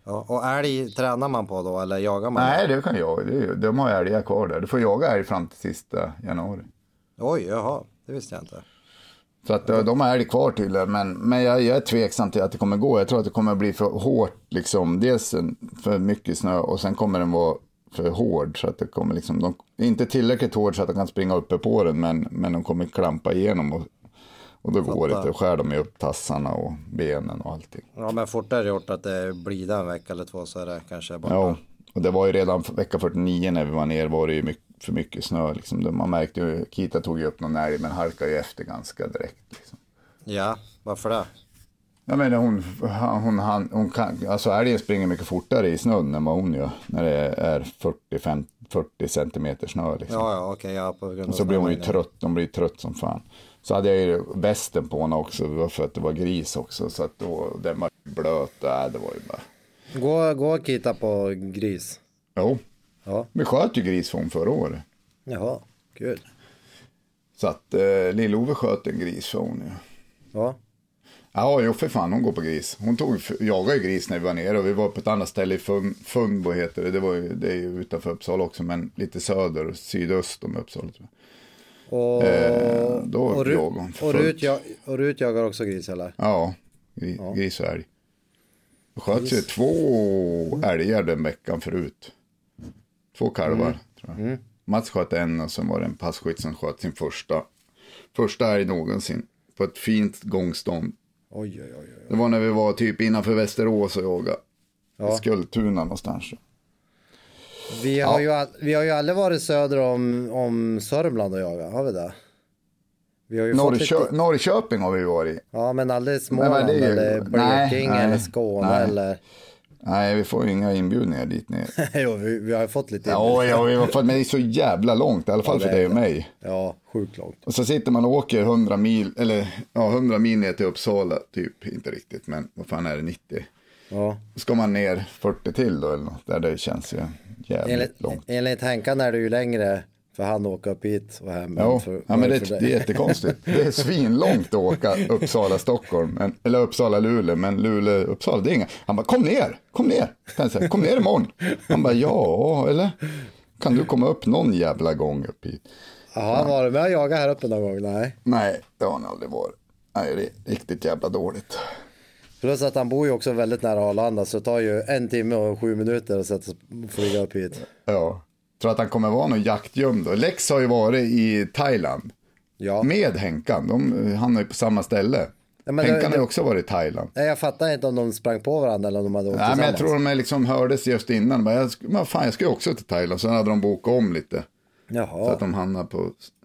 Ja, och älg tränar man på då eller jagar man? Nej, det kan jag. Det, de har älgar kvar där. Du får jaga älg fram till sista januari. Oj, jaha. Det visste jag inte. Så att de har älg kvar till det. Men, men jag, jag är tveksam till att det kommer gå. Jag tror att det kommer bli för hårt. Liksom. Dels för mycket snö och sen kommer den vara för hård. Så att det kommer liksom, de, inte tillräckligt hård så att de kan springa uppe på den. Men, men de kommer klampa igenom och Och då går det inte. Skär de upp tassarna och benen och allting. Ja, men fortare gjort att det blir en vecka eller två så är det kanske bara... Ja, och det var ju redan vecka fyrtionio när vi var ner var det ju mycket, för mycket snö. Liksom. Man märkte ju, Kita tog ju upp någon älg men halkade ju efter ganska direkt. Liksom. Ja, varför det? Jag menar hon, hon, hon, hon kan, alltså älgen springer mycket fortare i snön än vad hon gör. När det är fyrtio, fyrtio centimeter snö liksom. Ja, ja, okej. Ja, på grund av och så blir hon ju trött, de blir trött som fan. Så hade jag ju västen på henne också för att det var gris också. Så att då, den var blöt, äh, det var ju bara... Gå, gå och kita på gris. Jo, ja. Vi sköt ju gris från förra året. Jaha, kul. Så att eh, Lill-Ove sköt en gris för hon ju. Ja. Ja, jo för fan, hon går på gris. Hon tog, jagade ju gris när vi var nere och vi var på ett annat ställe i Fun, Funbo heter det. Det, var ju, det är ju utanför Uppsala också, men lite söder, sydöst om Uppsala tror jag. Och, eh, då och, Rut, hon och, Rut, jag, och Rut jagar också gris eller? Ja, gris, ja. gris och älg. Det sköts ju två älgar den veckan förut. Två kalvar mm. tror jag. Mm. Mats sköt en och sen var det en passkytt som sköt sin första första älg någonsin på ett fint gångstånd. Oj, oj, oj, oj. Det var när vi var typ innanför Västerås och jagade. Ja. I Skultuna någonstans. Vi har, ja. ju, vi har ju aldrig varit söder om, om Sörmland och jagat, har vi det? Vi har ju Norrkö- lite... Norrköping har vi varit i. Ja, men aldrig Småland ju... eller Blekinge eller Skåne nej. eller... Nej, vi får ju inga inbjudningar dit ner. jo, vi, vi har fått lite ja, ja, vi har fått, men det är så jävla långt, i alla fall ja, för dig och mig. Ja, sjukt långt. Och så sitter man och åker hundra mil, eller ja, hundra mil ner till Uppsala, typ, inte riktigt, men vad fan är det, nittio? Ja. Ska man ner fyrtio till då, eller något, där det känns ju jävligt enligt, långt. Enligt Henkan är det ju längre för han åker upp hit och hem. Ja, för, ja men det, det är jättekonstigt. Det är svinlångt att åka Uppsala-Stockholm, eller Uppsala-Luleå, men Luleå-Uppsala, det är inga. Han bara, kom ner, kom ner, säga, kom ner imorgon. Han bara, ja, eller kan du komma upp någon jävla gång upp hit? Jaha, var du med och jaga här uppe någon gång? Nej. Nej, det har han aldrig varit. Nej, det är riktigt jävla dåligt. Plus att han bor ju också väldigt nära Arlanda, så det tar ju en timme och sju minuter att sätta flyga upp hit. Ja. Tror att han kommer vara någon jaktgömd då. Lex har ju varit i Thailand. Ja. Med Henkan. De, han är ju på samma ställe. Ja, Henkan det, har ju också varit i Thailand. Jag fattar inte om de sprang på varandra eller om de hade åkt Nej, tillsammans. men jag tror de liksom hördes just innan. Men jag, men fan, jag ska ju också till Thailand. Så hade de bokat om lite. Jaha. Så att de hamnar på...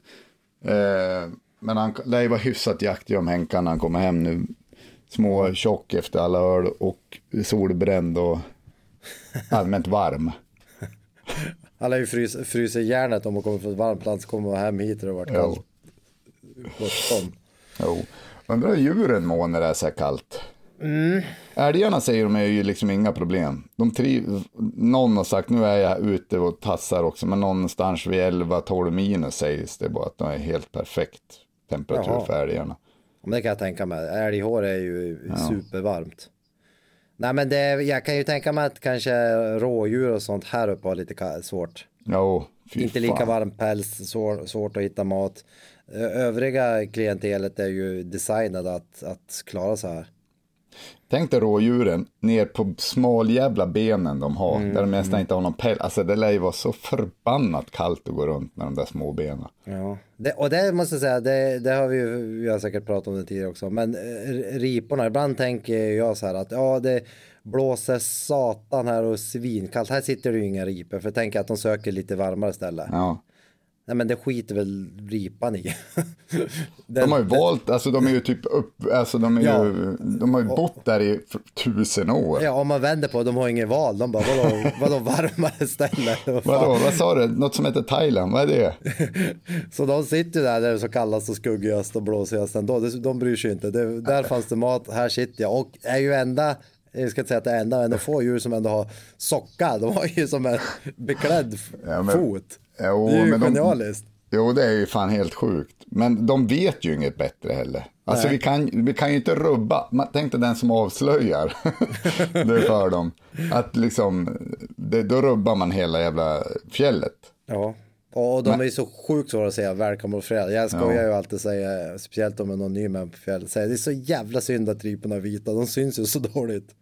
Eh, men han lär ju vara hyfsat jaktgömd Henkan när han kommer hem nu. Små tjock efter alla öl och solbränd och allmänt varm. Alla är ju frys, fryser järnet om man kommer från ett varmt land så kommer man hem hit och det har varit kallt. sjutton. Jo. Undrar hur djuren mår när det är så här kallt. Mm. Älgarna säger de är ju liksom inga problem. De triv... Någon har sagt, nu är jag ute och tassar också, men någonstans vid elva tolv minus sägs det bara att de är helt perfekt temperatur Jaha. för älgarna. Men det kan jag tänka mig. Älghår är ju ja. supervarmt. Nej, men det, jag kan ju tänka mig att kanske rådjur och sånt här uppe har lite svårt. Jo, inte lika fan. Varm päls, svår, svårt att hitta mat. Övriga klientelet är ju designade att, att klara så här. Tänk dig rådjuren ner på smal jävla benen de har. Mm, där de nästan mm. inte har någon päls. Alltså det lär ju vara så förbannat kallt att gå runt med de där små benen. Ja, det, och det måste jag säga, det, det har vi ju, vi har säkert pratat om det tidigare också. Men riporna, ibland tänker jag så här att ja, det blåser satan här och svinkallt. Här sitter det ju inga ripor, för jag tänker att de söker lite varmare ställe. Ja. Nej, men det skiter väl ripan i. Den, de har ju valt, alltså de är ju typ upp, alltså de är ja. ju, de har ju bott där i tusen år. Ja, om man vänder på, de har ingen val, de bara, vadå, vadå varmare ställe? Vad vadå, vad sa du? Något som heter Thailand, vad är det? Så de sitter ju där, där det är så kallast och skuggigast och blåsigast ändå, de bryr sig inte. Det, där fanns det mat, här sitter jag, och är ju enda, jag ska inte säga att det är enda, men de få djur som ändå har socka, de har ju som en beklädd ja, men... fot. Jo, det är ju men genialiskt. Jo, det är ju fan helt sjukt. Men de vet ju inget bättre heller. Alltså vi kan, vi kan ju inte rubba. Man tänkte den som avslöjar det för dem. Att liksom, det, då rubbar man hela jävla fjället. Ja, och de Men, är ju så sjukt svåra att säga välkamouflerade. Jag skojar ja. ju alltid säga, speciellt om någon ny med på fjället, säger det är så jävla synd att ryporna är vita. De syns ju så dåligt.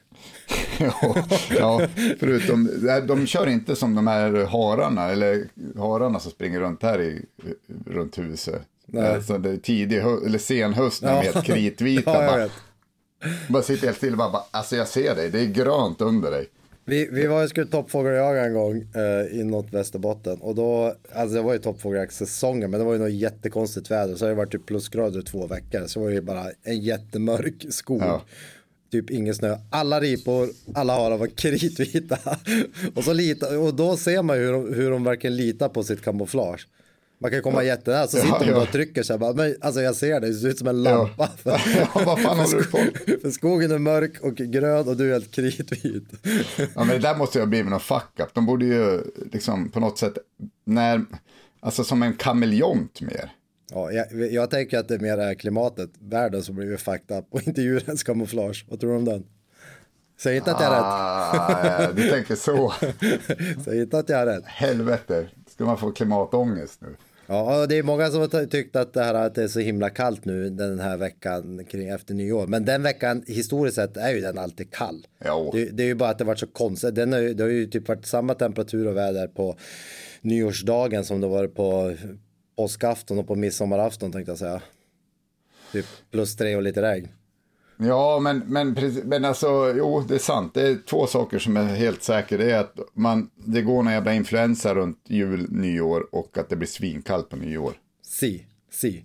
ja, ja, förutom de kör inte som de här hararna eller hararna som springer runt här i, runt huset. Alltså det är tidig eller sen höst när de är helt kritvita. Ja, bara, bara sitter helt still och bara, alltså jag ser dig, det är grönt under dig. Vi, vi var ju skulle toppfågeljaga en gång eh, inåt Västerbotten och då, alltså det var ju toppfågeljaktsäsongen men det var ju något jättekonstigt väder så det var typ plusgrader i två veckor så det var ju bara en jättemörk skog. Ja. Typ ingen snö. Alla ripor, alla harar var kritvita. och, så lita, och då ser man ju hur de, hur de verkligen litar på sitt kamouflage. Man kan komma ja. jättenära så sitter ja, de ja. och trycker sig. Bara, men, alltså jag ser det, det ser ut som en lampa. Ja. För, ja, vad fan håller du på? För skogen är mörk och grön och du är helt kritvit. ja, men det där måste ju ha blivit någon fuck up. De borde ju liksom på något sätt, när, alltså som en kameleont mer. Ja, jag, jag tänker att det är mer är klimatet, världen som blir fucked up och inte djurens kamouflage. Vad tror du om den? Säg inte att jag är ah, rätt. Du tänker så. Säg inte att jag är rätt. Helvete, ska man få klimatångest nu? Ja, det är många som har tyckt att det här att det är så himla kallt nu den här veckan kring efter nyår. Men den veckan historiskt sett är ju den alltid kall. Det, det är ju bara att det varit så konstigt. Den är, det har ju typ varit samma temperatur och väder på nyårsdagen som det var på påskafton och på midsommarafton tänkte jag säga. Typ plus tre och lite regn. Ja, men, men, men alltså, jo, det är sant. Det är två saker som är helt säkra. Det är att man, det går en jävla influensa runt jul, nyår och att det blir svinkallt på nyår. Si, si.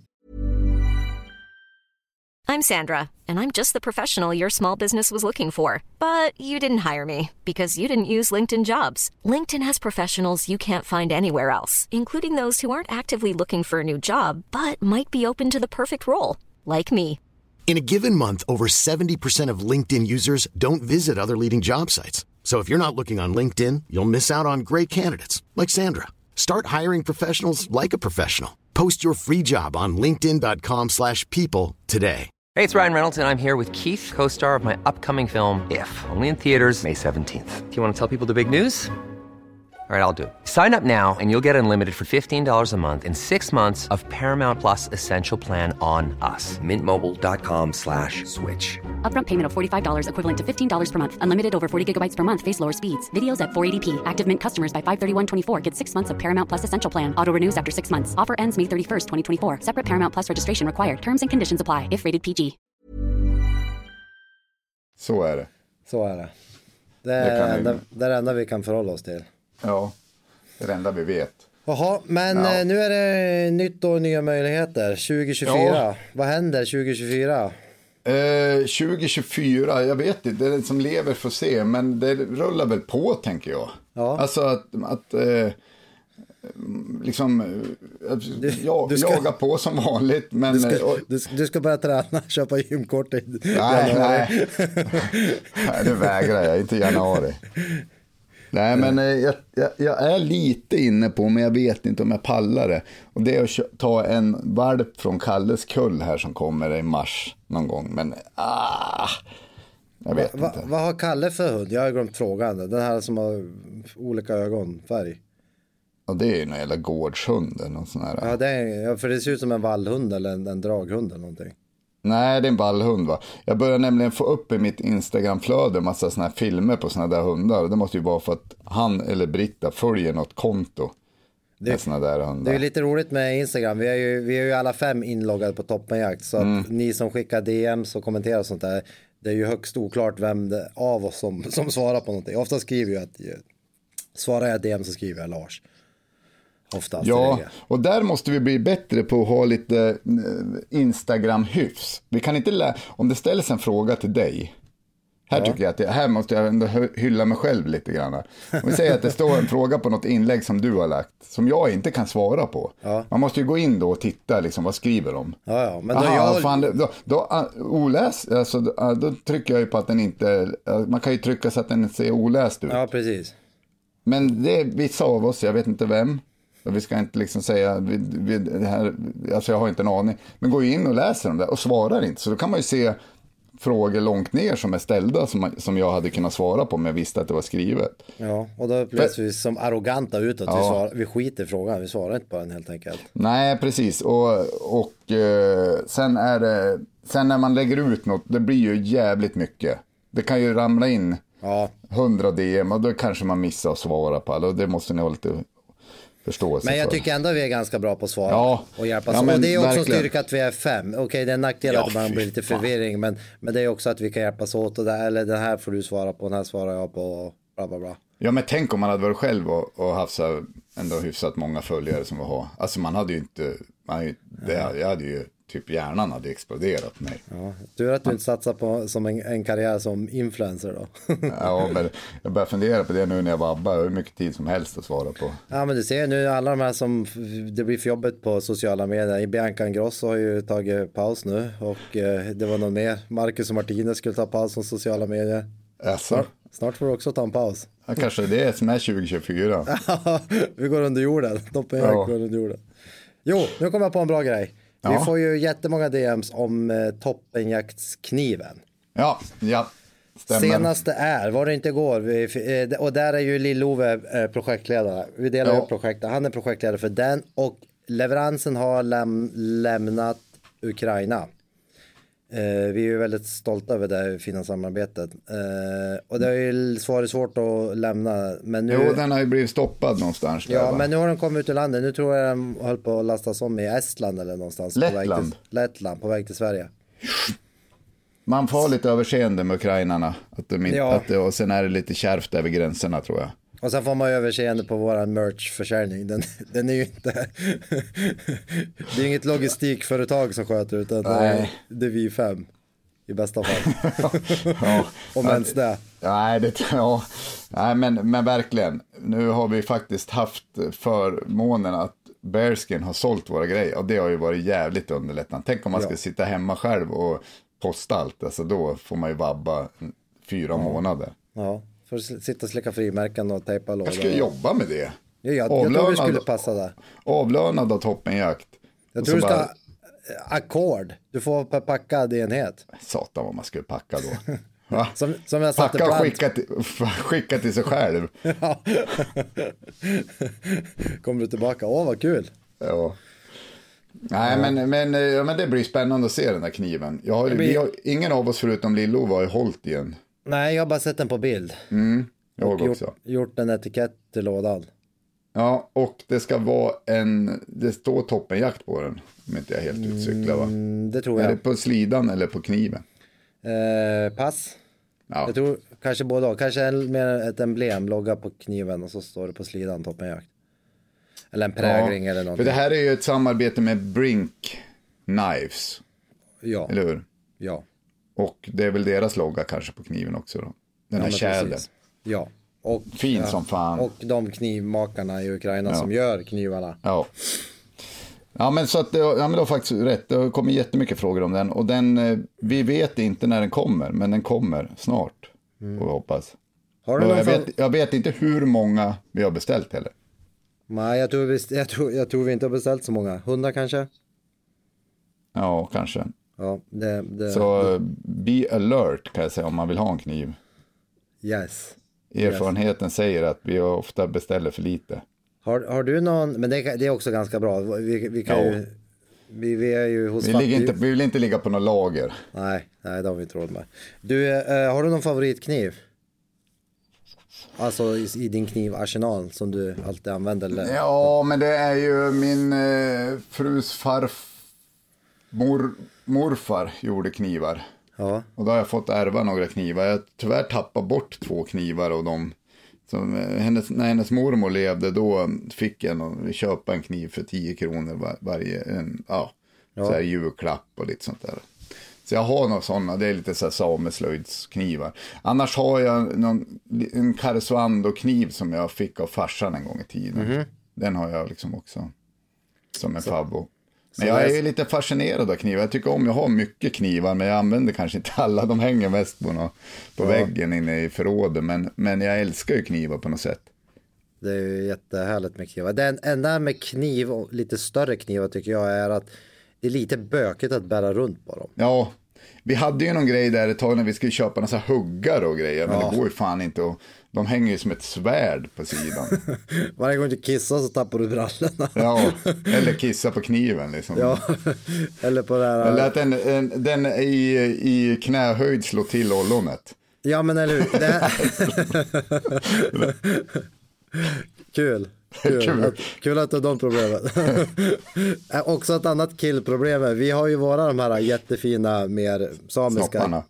I'm Sandra, and I'm just the professional your small business was looking for. But you didn't hire me because you didn't use LinkedIn Jobs. LinkedIn has professionals you can't find anywhere else, including those who aren't actively looking for a new job, but might be open to the perfect role, like me. In a given month, over seventy percent of LinkedIn users don't visit other leading job sites. So if you're not looking on LinkedIn, you'll miss out on great candidates like Sandra. Start hiring professionals like a professional. Post your free job on linkedin dot com slash people today. Hey, it's Ryan Reynolds, and I'm here with Keith, co-star of my upcoming film, If, only in theaters May seventeenth. Do you want to tell people the big news? All right, I'll do it. Sign up now and you'll get unlimited for fifteen dollars a month and six months of Paramount Plus Essential Plan on us. Mint Mobile dot com slash switch. Upfront payment of forty-five dollars equivalent to fifteen dollars per month. Unlimited over forty gigabytes per month. Face lower speeds. Videos at four eighty p. Active Mint customers by five thirty-one twenty-four get six months of Paramount Plus Essential Plan. Auto renews after six months. Offer ends May thirty-first, twenty twenty-four. Separate Paramount Plus registration required. Terms and conditions apply if rated P G. Så är det. Så är det. Det är det, enda, det är det enda vi kan förhålla oss till. Ja, det är det enda vi vet. Jaha, men ja. Nu är det nytt och nya möjligheter. tjugo tjugofyra. Ja. Vad händer tjugo tjugofyra? Eh, tjugo tjugofyra, jag vet inte. Det är det som lever får se. Men det rullar väl på, tänker jag. Ja. Alltså att... att eh, liksom du, jag, du ska, jaga på som vanligt, men du ska, och, du, du ska börja träna, köpa gymkort i nej, nej. nej, det vägrar jag, inte i januari. Nej, men jag, jag, jag är lite inne på, men jag vet inte om jag pallar det. Och det är att ta en valp från Kalles kull här som kommer i mars någon gång, men ah, jag vet va, inte. Va, vad har Kalle för hund? Jag har glömt frågan. Den här som har olika ögonfärg. Och det är ju en jävla gårdshund eller något sånt här. Ja, det är, för det ser ut som en vallhund eller en, en draghund eller någonting. Nej, det är en vallhund, va. Jag börjar nämligen få upp i mitt Instagram-flöde en massa såna här filmer på såna där hundar. Det måste ju vara för att han eller Britta följer något konto det, med såna där hundar. Det är lite roligt med Instagram. Vi är ju, vi är ju alla fem inloggade på Toppenjakt. Så mm. att ni som skickar D Ms och kommenterar och sånt där, det är ju högst oklart vem det av oss som, som svarar på någonting. Ofta skriver jag att svarar jag D M så skriver jag Lars. Oftast ja, och där måste vi bli bättre på att ha lite Instagram-hyfs. Vi kan inte lä- om det ställs en fråga till dig. Här ja. tycker jag att det, här måste jag ändå hylla mig själv lite grann. Om vi säger att det står en fråga på något inlägg som du har lagt, som jag inte kan svara på. Ja. Man måste ju gå in då och titta liksom, vad skriver de? Ja, ja. Men då, Aha, jag... fan, då, då, oläs, alltså, då, då trycker jag ju på att den inte, man kan ju trycka så att den ser oläst ut. Ja, precis. Men det är vissa av oss, jag vet inte vem, vi ska inte liksom säga, vi, vi, det här, alltså jag har inte en aning, men gå in och läser dem där och svarar inte. Så då kan man ju se frågor långt ner som är ställda som, som jag hade kunnat svara på om jag visste att det var skrivet. Ja, och då upplevs vi som arroganta utåt. Ja. Vi, svar, vi skiter i frågan, vi svarar inte på den helt enkelt. Nej, precis. Och, och eh, sen är det, sen när man lägger ut något, det blir ju jävligt mycket. Det kan ju ramla in ja. hundra D M och då kanske man missar att svara på alla. Och det måste ni ha lite förståelse Men jag för. tycker ändå att vi är ganska bra på att svara ja. och hjälpas. Ja, och det är också verkligen. styrka att vi är fem. Okej, okay, det är en nackdel ja, att man blir lite förvirring. Men, men det är också att vi kan hjälpas åt. Och det, eller det här får du svara på, den här svarar jag på. Och bla bla bla. Ja, men tänk om man hade varit själv och, och haft så ändå hyfsat många följare som vi har. Alltså man hade ju inte, man, det, jag hade ju typ hjärnan hade exploderat mig. Ja, tur att du inte satsar på som en, en karriär som influencer då. Ja, men jag börjar fundera på det nu när jag vabbar. Jag har mycket tid som helst att svara på. Ja, men du ser nu alla de här som det blir för jobbet på sociala medier. Bianca Ingrosso har ju tagit paus nu och eh, det var någon mer. Marcus och Martinez skulle ta paus från sociala medier. Alltså. Snart, snart får du också ta en paus. Ja, kanske det är som är tjugo tjugofyra. Vi går under jorden. Toppenjakt ja. går under jorden. Jo, nu kommer jag på en bra grej. Vi ja. får ju jättemånga D Ms om eh, toppenjaktskniven. Ja, ja. Stämmer. Senaste är, var det inte igår, vi, eh, och där är ju Lill-Ove eh, projektledare. Vi delar ja. upp projektet, han är projektledare för den och leveransen har läm- lämnat Ukraina. Eh, vi är ju väldigt stolta över det fina samarbetet. Eh, och det har ju varit svårt att lämna. Men nu, jo, den har ju blivit stoppad någonstans. Ja, där, men nu har den kommit ut ur landet. Nu tror jag den höll på att lastas om i Estland eller någonstans. Lettland. På väg till, Lettland, på väg till Sverige. Man får lite överseende med ukrainarna. Att de, ja. att det, och sen är det lite kärvt över gränserna tror jag. Och sen får man överseende på våran merch-försäljning. Den, den är ju inte... det är inget logistikföretag som sköter utan Nej. det är vi fem. I bästa fall. ja. Om ens det. Nej, det, ja. Nej men, men verkligen. Nu har vi faktiskt haft förmånen att Bearskin har sålt våra grejer. Och det har ju varit jävligt underlättande. Tänk om man ska ja. sitta hemma själv och posta allt. Alltså då får man ju vabba fyra ja. månader. Ja. För att sitta och slicka frimärken och tejpa lådor. Jag ska jobba med det. Ja, jag, jag tror du skulle passa där. Avlönad av toppenjakt. Jag tror du ska bara... ackord. Du får per packad enhet. Satan vad man skulle packa då. Va? Som, som jag satte packa och skicka till, skicka till sig själv. Ja. Kommer du tillbaka? Åh, vad kul. Ja. Nej, ja. men, men, ja, men det blir spännande att se den där kniven. Jag har, blir... vi har, ingen av oss förutom Lill-Ove har ju hållit i en. Nej, jag har bara sett den på bild. Mm, jag och också. Gjort, gjort en etikett till lådan. Ja, och det ska vara en, det står toppenjakt på den. Om inte jag är helt utcyklar va? Mm, det tror jag. Är det på slidan eller på kniven? Eh, pass. Ja. Jag tror kanske både och. Kanske en, mer ett emblem, logga på kniven och så står det på slidan toppenjakt. Eller en prägling ja, eller något. För det här är ju ett samarbete med Brink Knives. Ja. Eller hur? Ja. Och det är väl deras logga kanske på kniven också då. Den ja, här tjädern. Ja. Och, fin ja, som fan. Och de knivmakarna i Ukraina ja. som gör knivarna. Ja. Ja men så att ja, men det har faktiskt rätt. Det har kommit jättemycket frågor om den. Och den, vi vet inte när den kommer. Men den kommer snart. Mm. Och vi hoppas. Har du och jag, vet, jag vet inte hur många vi har beställt heller. Nej, jag tror, vi, jag, tror, jag tror vi inte har beställt så många. Hundra kanske? Ja, kanske. Ja, det, det, så det. Be alert kan jag säga om man vill ha en kniv. Yes. Erfarenheten yes. säger att vi ofta beställer för lite. Har, har du någon, men det, det är också ganska bra. Vi, vi kan ja. ju, vi, vi är ju hos vi, ligger inte, vi vill inte ligga på något lager. Nej, nej det har vi inte råd med. Du, eh, har du någon favoritkniv? Alltså i, i din knivarsenal som du alltid använder? Eller? Ja, men det är ju min eh, frus farmor, morfar gjorde knivar. Ja. Och då har jag fått ärva några knivar. Jag tyvärr tappade bort två knivar och de som, hennes, när hennes mormor levde då fick jag någon, köpa en kniv för tio kronor var, varje en, ja, ja. Så här julklapp och lite sånt där. Så jag har några sådana, det är lite så här sameslöjdsknivar. Annars har jag någon, en Carsando-kniv som jag fick av farsan en gång i tiden. Mm-hmm. Den har jag liksom också som en favvo. Men jag är ju lite fascinerad av knivar. Jag tycker om, jag har mycket knivar men jag använder kanske inte alla. De hänger mest på, något, på ja. väggen inne i förrådet. Men, men jag älskar ju knivar på något sätt. Det är ju jättehärligt med knivar. Den enda med kniv och lite större knivar tycker jag är att det är lite bökigt att bära runt på dem. Ja, vi hade ju någon grej där ett tag när vi skulle köpa några huggar och grejer. Men ja. Det går ju fan inte och de hänger ju som ett svärd på sidan. Varje gång du kissar så tappar du brallorna. Ja, eller kissa på kniven liksom. Ja, eller på det här. Eller att den, den, den i, i knähöjd slår till ollonet. Ja, men eller hur? Det här... Kul. Kul. Kul. Att, kul att du har de problemen. Också ett annat killproblem är, vi har ju våra de här jättefina mer samiska. Snopparna.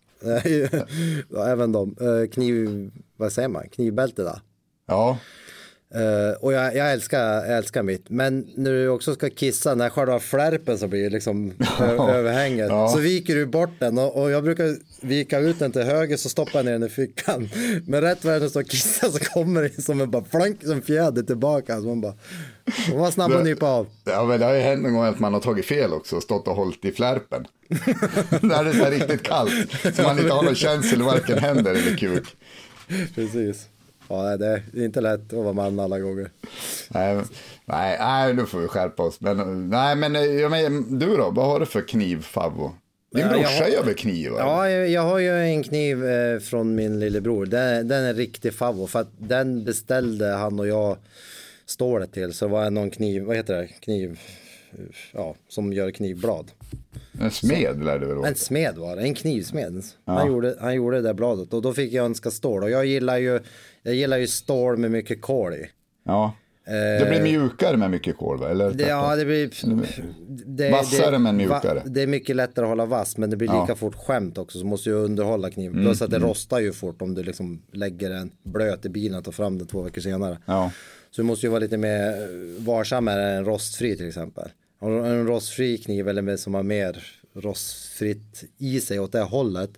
Även de. Kniv, vad säger man? Knivbälte då? Ja. Uh, och jag, jag, älskar, jag älskar mitt. Men när du också ska kissa, när själva flärpen så blir det liksom ö- överhänget. Ja. Så viker du bort den och, och jag brukar vika ut den till höger så stoppar jag ner den i fickan. Men rätt vad den står och kissar så kommer det som en bara flank som fjäder tillbaka. Så man bara, man var snabb att nypa av. Ja, men det har ju hänt en gång att man har tagit fel också och stått och hållit i flärpen. När det är så här riktigt kallt. Så man inte har någon känsel varken händer eller kuk. Precis. Ja, det är inte lätt att vara man alla gånger. Nej, nej, nej, nu får vi skärpa oss. Men, nej, men, jag men du då? Vad har du för kniv, Favvo? Din ja, brorsa gör väl kniv? Ja, jag, jag har ju en kniv eh, från min lillebror. Den, den är riktig Favvo. För att den beställde han och jag stålet till. Så var det någon kniv, vad heter det? Kniv, ja, som gör knivblad. En smed lärde väl En smed var det, en knivsmed. Ja. Han, gjorde, han gjorde det där bladet och då fick jag önska stål. Och jag gillar ju, jag gillar ju stål med mycket kol i. Ja, det blir mjukare med mycket kol va? Eller det, ja, det blir... Det, vassare det, men mjukare. Det är mycket lättare att hålla vass, men det blir lika ja. fort skämt också. Så måste ju underhålla kniven. Mm, Plus att det mm. rostar ju fort om du liksom lägger en blöt i bilen och tar fram den två veckor senare. Ja. Så du måste ju vara lite mer varsammare än en rostfri till exempel. En rostfri kniv eller med som har mer rostfritt i sig åt det hållet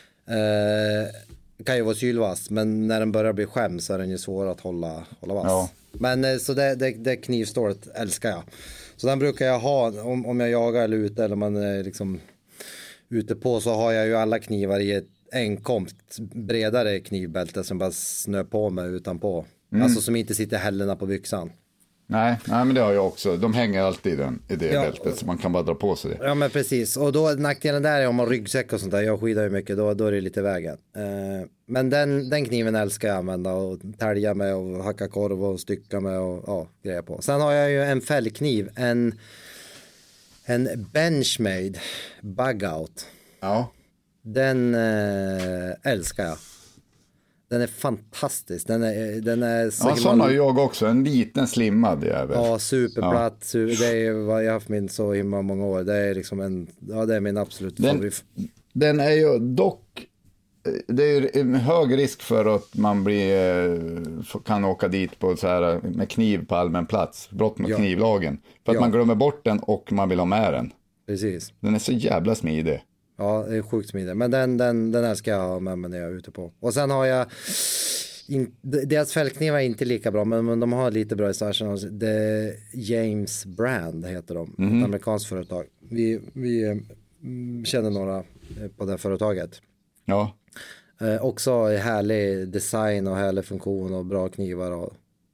eh, kan ju vara sylvass, men när den börjar bli skäm så är den ju svår att hålla, hålla vass. Ja. Men eh, så det, det, det knivstålet älskar jag. Så den brukar jag ha om, om jag jagar eller ute eller man är liksom ute på, så har jag ju alla knivar i ett enkomt bredare knivbälte som bara snör på mig utanpå. Mm. Alltså som inte sitter hällorna på byxan. Nej, nej, men det har jag också. De hänger alltid i, den, i det ja. bältet så man kan bara dra på sig det. Ja, men precis. Och då nackdelen där är om man har ryggsäck och sånt där. Jag skidar ju mycket, då, då är det lite vägen. Eh, men den, den kniven älskar jag använda och tälja med och hacka korv och stycka med och ja, grejer på. Sen har jag ju en fällkniv, en, en Benchmade Bug Out. Ja. Den eh, älskar jag. Den är fantastisk. Den är, den är så ja, sån man... har jag också. En liten slimmad jävel. Ja, superplatt. Ja. Super, det är vad jag har haft min så himla många år. Det är liksom en, ja, det är min absolut den, favorit. Den är ju dock, det är en hög risk för att man blir, kan åka dit på så här med kniv på allmän plats. Brott mot ja. knivlagen. För att ja. man glömmer bort den och man vill ha med den. Precis. Den är så jävla smidig. Ja, det är sjukt smidigt. Men den, den, den här ska jag ha med mig när jag är ute på. Och sen har jag... In, deras fällknivar är inte lika bra, men, men de har lite bra i särskilt. Det James Brand heter de. Mm-hmm. Ett amerikanskt företag. Vi, vi mm, känner några på det företaget. Ja. Eh, också härlig design och härlig funktion och bra knivar. Och...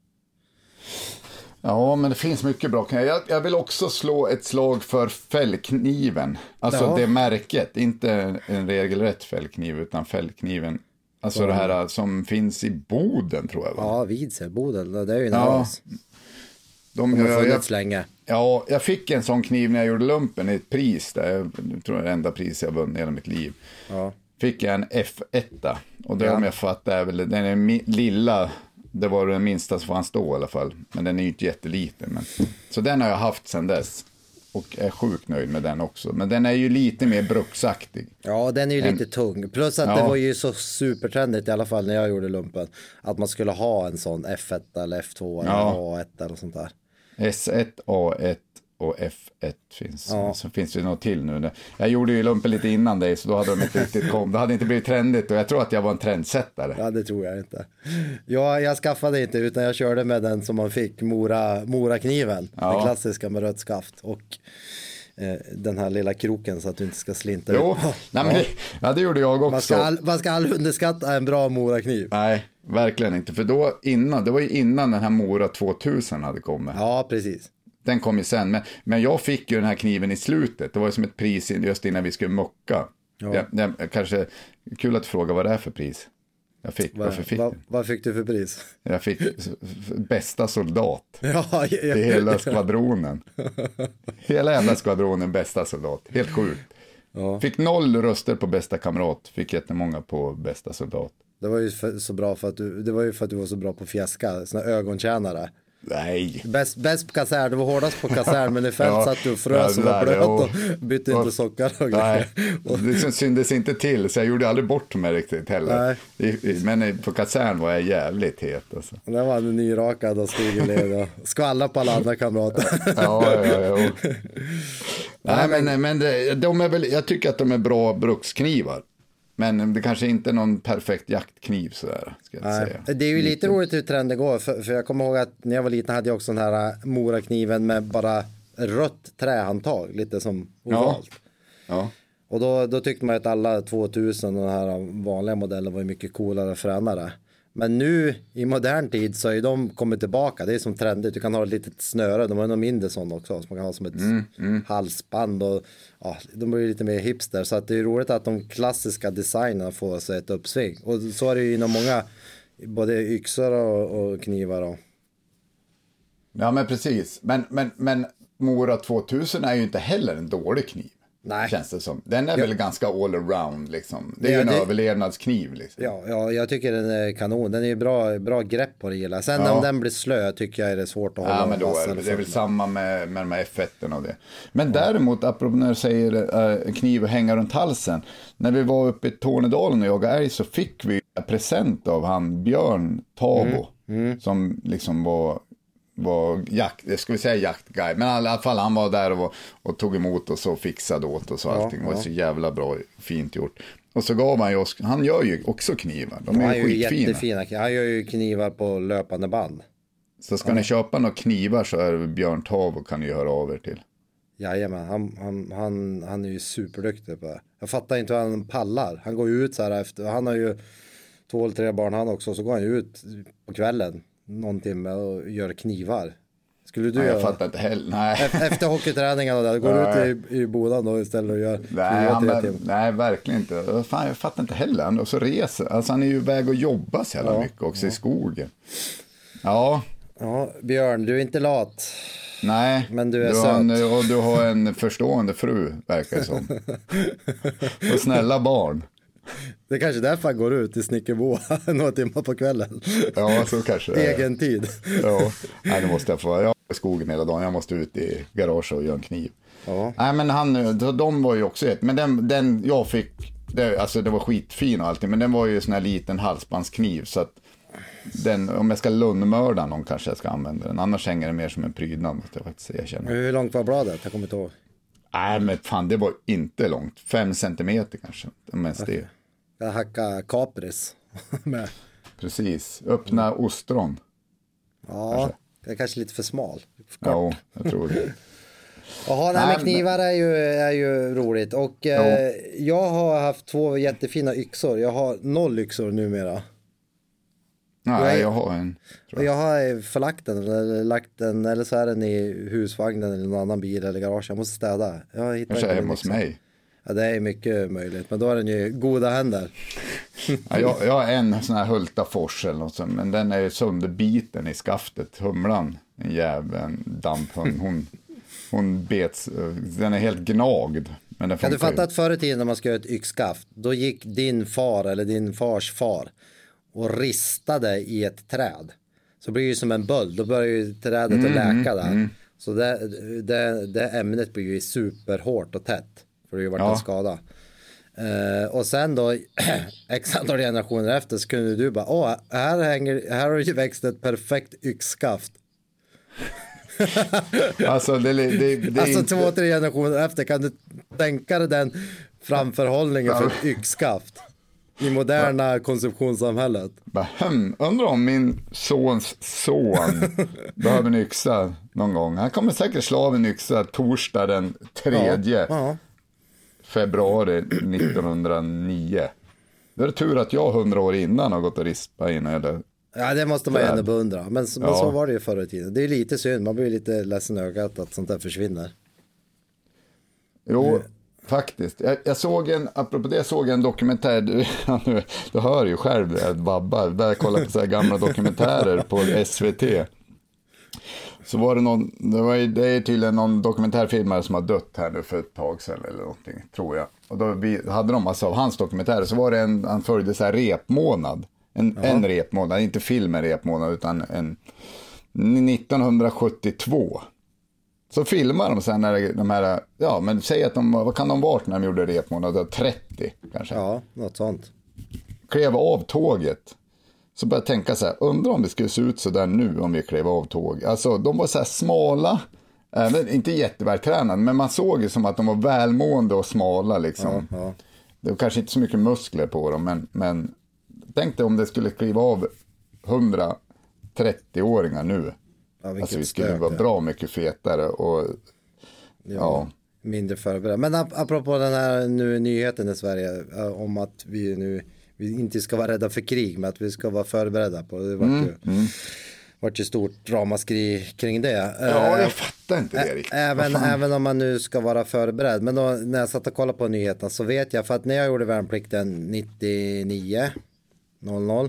Ja, men det finns mycket bra knivar. Jag, jag vill också slå ett slag för fällkniven. Alltså ja. det märket. Inte en regelrätt fällkniv utan fällkniven. Alltså ja. det här som finns i Boden tror jag. Va? Ja, Vidsel, Boden. Det är ju närmast. Ja. De, De har jag, funnits länge. Ja, jag fick en sån kniv när jag gjorde lumpen i ett pris. Där jag, jag tror det är det enda pris jag vunnit i hela mitt liv. Ja. Fick jag en F ett. Och det ja. om jag fattar är väl, den är mi- lilla... Det var den minsta som fanns då i alla fall. Men den är ju inte jätteliten. Men... Så den har jag haft sedan dess. Och är sjukt nöjd med den också. Men den är ju lite mer bruksaktig. Ja, den är ju en... lite tung. Plus att ja. det var ju så supertrendigt i alla fall när jag gjorde lumpen. Att man skulle ha en sån F ett eller F två eller ja. A ett eller sånt där. S ett, A ett och F ett finns. Ja. Så finns det något till nu. Jag gjorde ju lumpen lite innan dig så då hade de inte riktigt kommit. Det hade inte blivit trendigt och jag tror att jag var en trendsättare. Ja, det tror jag inte. Jag, jag skaffade inte utan jag körde med den som man fick, Mora, Mora-kniven. Ja. Den klassiska med rött skaft. Och den här lilla kroken så att du inte ska slinta Jo, ut. nej, men det, ja, det gjorde jag också. Man ska, all, man ska aldrig underskatta en bra morakniv. Nej, verkligen inte. För då innan, det var ju innan den här Mora tvåtusen hade kommit. Ja, precis. Den kom ju sen. Men, men jag fick ju den här kniven i slutet. Det var ju som ett pris just innan vi skulle mucka. Ja. Jag, jag, kanske, kul att fråga vad det är för pris. Jag fick, Va, varför fick va, du? Vad fick du för pris? Jag fick bästa soldat. Ja, ja, ja. I hela skvadronen. Hela jävla skvadronen bästa soldat. Helt sjukt. Ja. Fick noll röster på bästa kamrat. Fick jättemånga på bästa soldat. Det var ju för, så bra för att du, det var ju för att du var så bra på fjäska, såna ögontjänare. Nej. Bäst, bäst på kasern, du var hårdast på kasern, men i fält Ja, satt du och frös ja, och var där, blöt och- och bytte och- inte sockar och Nej, grejer. det syndes inte till, så jag gjorde aldrig bort mig riktigt heller. I, i, men på kasern var jag jävligt het alltså. Och där var han nyrakad och stod i led och skvallrade på alla andra kamrater. Ja, ja, ja. ja. Nej, men, men det, de är väl, jag tycker att de är bra bruksknivar. Men det kanske inte är någon perfekt jaktkniv sådär, ska jag Nej. säga. Det är ju lite roligt hur trenden går, för, för jag kommer ihåg att när jag var liten hade jag också den här morakniven med bara rött trähandtag, lite som ovalt. Ja. Och då, då tyckte man att alla tvåtusen och den här vanliga modellen var ju mycket coolare och fränare. Men nu i modern tid så är de kommit tillbaka. Det är som trendigt. Du kan ha ett litet snöre. De har nog mindre sån också. Så man kan ha som ett Mm, mm. halsband. Och, ja, de blir lite mer hipster. Så att det är roligt att de klassiska designerna får sig ett uppsving. Och så är det ju inom många, både yxor och, och knivar. Och. Ja, men precis. Men, men, men Mora tvåtusen är ju inte heller en dålig kniv. Nej. Känns det som. Den är Ja. väl ganska all around liksom. Det är Ja, ju en det- överlevnadskniv liksom. Ja, ja, jag tycker den är kanon. Den är ju bra, bra grepp på det hela. Sen Ja. om den blir slö tycker jag är det svårt att hålla. Ja, men då vass är det, eller det är väl så. samma med, med de här F ett och det. Men däremot, apropå när du säger äh, kniv och hänga runt halsen. När vi var uppe i Tornedalen och jagade älg så fick vi en present av han Björn Tabo. Mm. Som liksom var, var jakt, jag skulle säga jaktguide. Men i alla fall han var där och, var, och tog emot oss och fixade åt oss och Ja, allting. Det var ja. så jävla bra, fint gjort. Och så gav han ju oss, han gör ju också knivar. De Han är är ju ju skitfina. jättefina. Han gör ju knivar på löpande band. Så ska ni köpa några knivar så är det Björn Tabo kan ni höra av er till. Jajamän, han, han, han, han är ju superduktig på det. Jag fattar inte hur han pallar. Han går ju ut så här efter, han har ju två eller tre barn han också, så går han ju ut på kvällen någon timme och gör knivar. Skulle du Nej, jag göra fattar inte heller. Nej. E- efter hockeyträningen och där, går du ut i, i bodan då istället och gör Nej, fyra, han, tre är- timmar. nej, verkligen inte. Fan, jag fattar inte heller. Han och så reser. Alltså han är ju iväg och jobbar så jävla Ja, mycket också i skogen. Ja, Ja, Björn, du är inte lat. nej. Men du är har en, söt. och du har en förstående fru, verkar det som. Och snälla barn. Det är kanske därför han går ut i Snickerboa några timmar på kvällen. Ja, så kanske det är. Egen tid. Ja, nej, nu måste jag få. Jag är i skogen hela dagen. Jag måste ut i garaget och göra en kniv. Ja. Nej, men han, de var ju också ett. Men den, den jag fick, det, alltså det var skitfin och allting. Men den var ju sån här liten halsbandskniv. Så att den, om jag ska lunnmörda någon kanske jag ska använda den. Annars hänger det mer som en prydnad, måste jag faktiskt erkänna. Hur långt var bladet? Jag kommer inte ihåg. Nej, men fan, det var inte långt. Fem centimeter kanske, mest det. Jag hackade kapris med. Precis, öppna ostron. Ja, det är kanske lite för smal. För Ja, kort. jag tror det. Jaha, nej, Nej, men knivar är ju, är ju roligt. Och eh, jag har haft två jättefina yxor. Jag har noll yxor numera. Nej, jag har en. Och jag har förlagt den eller lagt den, eller så är den i husvagnen eller någon annan bil eller garage. Jag måste städa. Jag hittar Kanske inte hemma den hos yxan. mig. Ja, det är mycket möjligt. Men då är den ju i goda händer. Ja, jag, jag har en sån här Hultafors eller något sånt, men den är ju sönderbiten i skaftet. Humlan, en jäveln damphund. Hon, hon bets, den är helt gnagd. Men den Kan du funkar ju. fatta att förr i tiden när man ska göra ett yxskaft, då gick din far eller din fars far och ristade i ett träd. Så blir det ju som en böld, då börjar ju trädet att läka där. mm. Så det, det, det ämnet blir ju superhårt och tätt. För det har ju varit Ja. en skada. Uh, och sen då, x antal generationer efter så kunde du bara, åh, här, hänger, här har ju växt ett perfekt yxskaft. Alltså, det, det, det, det är Alltså inte... två, tre generationer efter, kan du tänka dig den framförhållningen för ett yxskaft? I moderna konsumtionssamhället. Bara, hm, undrar om min sons son behöver en yxa någon gång. Han kommer säkert slå av en yxa torsdag den tredje Ja, ja. februari nittonhundranio. Det är tur att jag hundra år innan har gått och rispat in. Eller... Ja, det måste man ju ändå beundra. Men, men Ja. så var det ju förr i tiden. Det är lite synd, man blir lite ledsen i ögat att sånt där försvinner. Jo, Mm. faktiskt. Jag, jag såg en, apropå det, jag såg en dokumentär, du, du, du hör ju själv att babbar, där jag kollar på så här gamla dokumentärer på S V T. Så var det någon, det, var, det är tydligen någon dokumentärfilmare som har dött här nu för ett tag sedan eller någonting, tror jag. Och då vi, hade de massa av hans dokumentärer, så var det en, han följde så här repmånad. En, en repmånad, inte filmen repmånad, utan en nittonhundrasjuttiotvå. Så filmar de sen när de här, ja men säg att de, vad kan de varit när de gjorde repmånad, trettio kanske. Ja, något sånt. Klev av tåget. Så började jag tänka så här, undrar om det skulle se ut så där nu om vi klev av tåg. Alltså de var så här smala, även, inte jättevältränade, men man såg ju som att de var välmående och smala liksom. Ja, ja. Det var kanske inte så mycket muskler på dem, men, men tänk dig om det skulle kliva av hundratrettio-åringar nu. Ja, vilket alltså vi skulle stök vara det. bra mycket fetare och Ja, ja. mindre förberedd. Men ap- apropå den här nu nyheten i Sverige eh, om att vi nu vi inte ska vara rädda för krig, men att vi ska vara förberedda på det. Det vart ju, mm. vart ju stort ramaskri kring det. Ja, Eh, jag fattar inte det riktigt. Även, Vad fan? även om man nu ska vara förberedd. Men då, när jag satt och kollade på nyheterna så vet jag, för att när jag gjorde värnplikten nittionio noll noll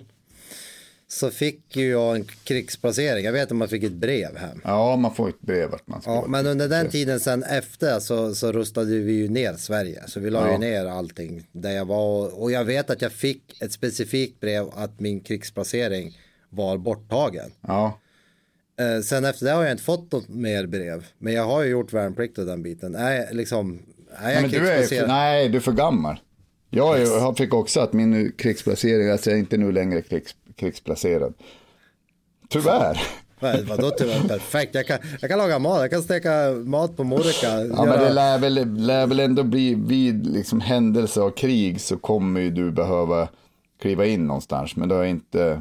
så fick ju jag en krigsplacering. Jag vet om man fick ett brev hem. Ja, man får ett brev vart man ska. Ja, men under den tiden sen efter så, så rustade vi ju ner Sverige. Så vi la Ja. ju ner allting där jag var. Och jag vet att jag fick ett specifikt brev att min krigsplacering var borttagen. Ja. Eh, sen efter det har jag inte fått något mer brev. Men jag har ju gjort värnplikt och den biten. Nej, liksom. Är jag Men du är krigsplacerad? för, nej, du är för gammal. Jag, är, jag fick också att min krigsplacering, alltså jag är inte nu längre krigs, krigsplacerad. Tyvärr. Vad- Vadå tyvärr? Perfekt. Jag kan, jag kan laga mat. Jag kan steka mat på morika. Ja, men det lär väl, lär väl ändå bli vid liksom händelse av krig så kommer ju du behöva kliva in någonstans. Men du är inte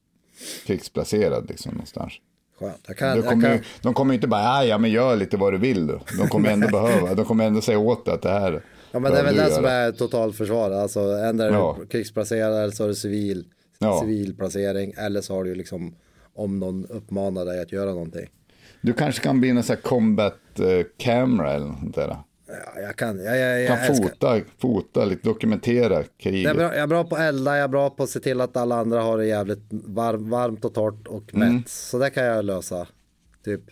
krigsplacerad liksom någonstans. Skönt. Jag kan, De jag kommer, kan, ju, de kommer ju inte bara, "Ah, ja men gör lite vad du vill du. De kommer ändå behöva, de kommer ändå säga åt dig att det här ja, men det är väl behöver det du som göra." är totalförsvar. Alltså ändå är du Ja. krigsplacerad eller så är det civil, Ja. civil placering. Eller så har du ju liksom om någon uppmanar dig att göra någonting. Du kanske kan bli en sån här combat eh, camera eller något sånt där. Ja, jag kan, jag, jag, jag, Kan älskar. fota, fota lite, dokumentera kriget. Jag är, bra, jag är bra på att elda, jag är bra på att se till att alla andra har det jävligt varm, varmt och torrt och mätt. Mm. Så det kan jag lösa. Typ.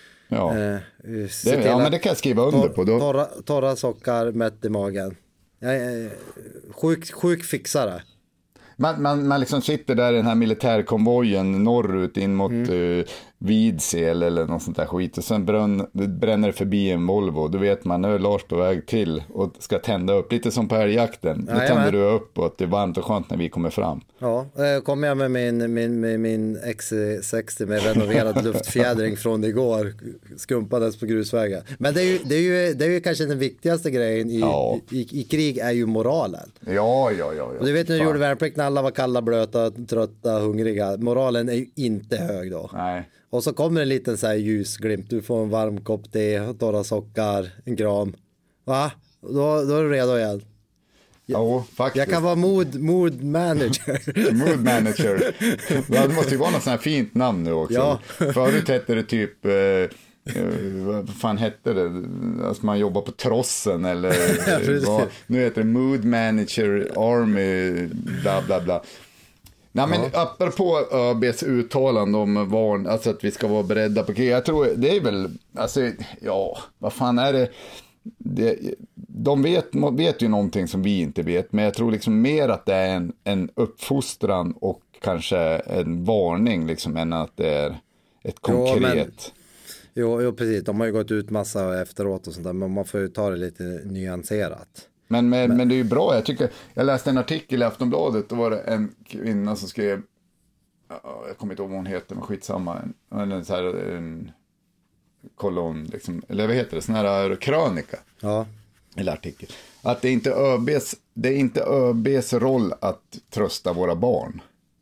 Ja. Eh, se Det, till ja, men att- det kan jag skriva under på. Då, Torra, torra sockar, mätt i magen. Jag är sjuk, sjuk fixare. man, man, man liksom sitter där i den här militärkonvojen norrut in mot Mm. eh, Vidsel eller något sånt där skit. Och sen bränn, bränner det förbi en Volvo. Då vet man, nu är Lars på väg till och ska tända upp. Lite som på älgjakten. Då Jajamän. tänder du upp och att det är varmt och skönt när vi kommer fram. Ja, eh, kommer jag med min, min, min, min X C sextio med renoverad luftfjädring från igår, skumpades på grusvägen. Men det är ju, det är ju, det är ju kanske den viktigaste grejen i, Ja. i, i krig är ju moralen. Ja, ja, ja. ja. Och du vet när du Fan. gjorde värnplikt när alla var kalla, blöta, trötta, hungriga. Moralen är ju inte hög då. Nej. Och så kommer en liten så här ljusglimt. Du får en varm kopp te, torra sockar, en kram. Va? Då, då är du redo igen. Ja, faktiskt. Jag kan vara mood, mood manager. Mood manager. Det måste ju vara något sånt här fint namn nu också. Ja. Förut hette det typ, eh, eh, vad fan hette det? Alltså man jobbar på trossen eller precis. vad, nu heter det mood manager, army, bla bla bla. Nej, men ja. Apropå ÖBs uttalande om varn, alltså att vi ska vara beredda på krig. Jag tror det är väl, alltså ja, vad fan är det? Det, de vet, vet ju någonting som vi inte vet, men jag tror liksom mer att det är en, en uppfostran och kanske en varning liksom, än att det är ett konkret. Jo, men, jo, jo precis, de har ju gått ut massa efteråt och sånt där, men man får ju ta det lite nyanserat. Men, men, men det är ju bra, jag tycker, jag läste en artikel i Aftonbladet, då var det en kvinna som skrev, jag kommer inte ihåg vad hon heter, men skitsamma, en, en så här en kolon, liksom, eller vad heter det, sån här krönika. Ja. eller artikel, att det är inte ÖBs, det är inte ÖBs roll att trösta våra barn.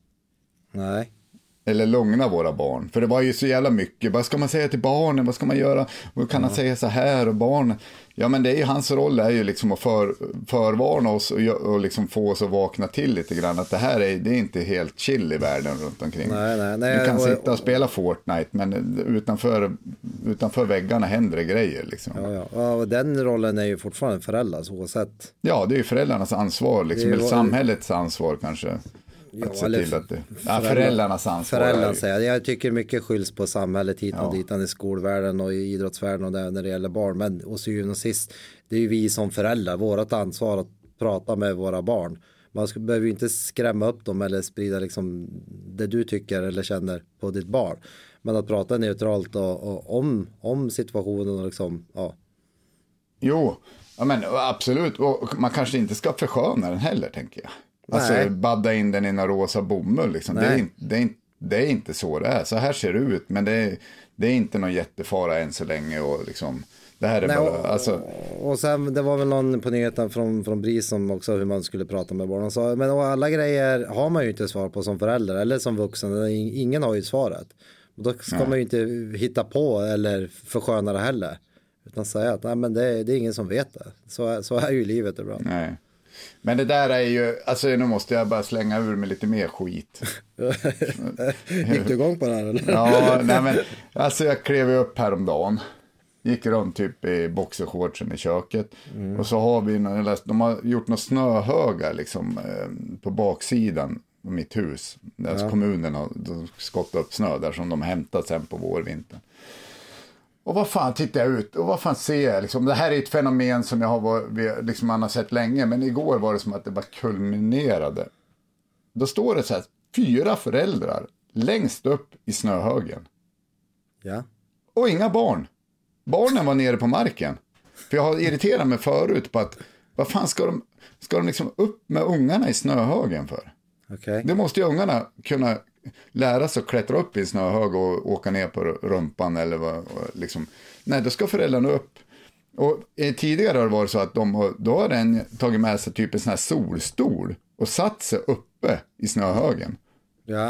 Nej. Eller lugna våra barn. För det var ju så jävla mycket. Vad ska man säga till barnen? Vad ska man göra? Och kan han ja. säga så här? Och barn... Ja, men det är ju hans roll är ju liksom att för, förvarna oss och, och liksom få oss att vakna till lite grann. Att det här är, det är inte helt chill i världen runt omkring. Nej, nej, nej, du kan och, sitta och spela Fortnite, men utanför, utanför väggarna händer det grejer. Liksom. Ja, ja. Ja, och den rollen är ju fortfarande föräldrars oavsett. Ja, det är ju föräldrarnas ansvar. Liksom, eller samhällets ansvar kanske. Ja, att se eller till att det, föräldrar, ja, föräldrarnas ansvar. Föräldrarna säger, jag tycker mycket skylls på samhället hit och ja. dit, i skolvärlden och i idrottsvärlden och där när det gäller barn. Men och syvende och sist, det är ju vi som föräldrar, vårt ansvar att prata med våra barn. Man ska, behöver ju inte skrämma upp dem eller sprida liksom det du tycker eller känner på ditt barn. Men att prata neutralt och, och om, om situationen och liksom, ja. Jo, ja, men absolut. Och man kanske inte ska försköna den heller, tänker jag. Alltså Nej. badda in den i en rosa bomull liksom. Det är, inte, det, är inte, det är inte så det är. Så här ser det ut, men det är, det är inte någon jättefara än så länge. Och liksom, det här är Nej, bara, och, alltså... och sen, det var väl någon på nyheten från, från BRIS som också hur man skulle prata med barnen. Så, men alla grejer har man ju inte svar på som förälder eller som vuxen. Ingen har ju svaret. Och då ska Nej. man ju inte hitta på eller försköna det heller. Utan säga att nej, men det, det är ingen som vet det. Så, så är ju livet ibland. Nej. Men det där är ju, alltså nu måste jag bara slänga ur med lite mer skit. Gick du igång på det här eller? Ja, nej men, alltså jag klev upp häromdagen. Gick runt typ i boxershortsen i köket. Mm. Och så har vi, de har gjort några snöhögar liksom på baksidan av mitt hus. Alltså ja. kommunen har skottat upp snö där som de hämtat sen på vårvintern. Och vad fan tittar jag ut och vad fan ser jag liksom, det här är ett fenomen som jag har varit, liksom man har sett länge, men igår var det som att det bara kulminerade. Då står det så här, fyra föräldrar längst upp i snöhögen. Ja. Och inga barn. Barnen var nere på marken. För jag har irriterat mig förut på att vad fan ska de, ska de liksom upp med ungarna i snöhögen för? Okay. Det måste ju ungarna kunna lära sig att klättra upp i en snöhög och åka ner på rumpan eller vad, liksom. Nej, då ska föräldrarna upp. Och tidigare har det varit så att de, då har den tagit med sig typ en sån här solstol och satt sig uppe i snöhögen. Ja.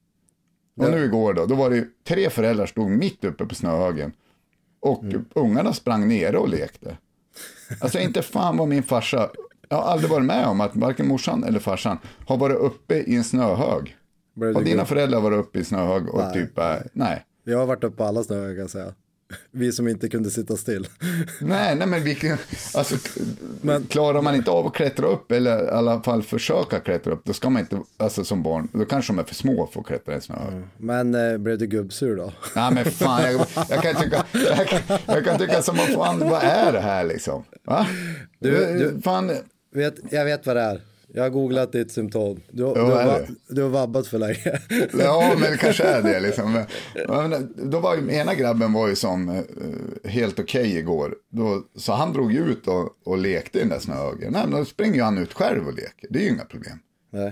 Och nu igår då, då var det ju tre föräldrar stod mitt uppe på snöhögen och mm. ungarna sprang ner och lekte. Alltså inte fan var min farsa, jag har aldrig varit med om att varken morsan eller farsan har varit uppe i en snöhög. Och dina föräldrar var uppe i snöhög och nej. typ, äh, nej. Jag har varit uppe på alla snöhögar, kan säga. Vi som inte kunde sitta still. Nej, nej men vi, alltså, men klarar man inte av att klättra upp eller i alla fall försöka klättra upp, då ska man inte, alltså som barn, då kanske de är för små för att klättra i snöhög. Mm. Men eh, blev du gubbsur då? Nej men fan, jag, jag kan tycka, jag kan, jag kan tycka som att fan, vad är det här liksom? Va? Du, du fan, vet, jag vet vad det är. Jag har googlat ditt symptom. Du, jo, du, har, du har vabbat för länge. Ja, men det kanske är det liksom. Men, då var ju, ena grabben var ju som uh, helt okej okay igår. Då, så han drog ut och, och lekte i den där snöhögen. Nej, men då springer ju han ut själv och leker. Det är ju inga problem. Nej.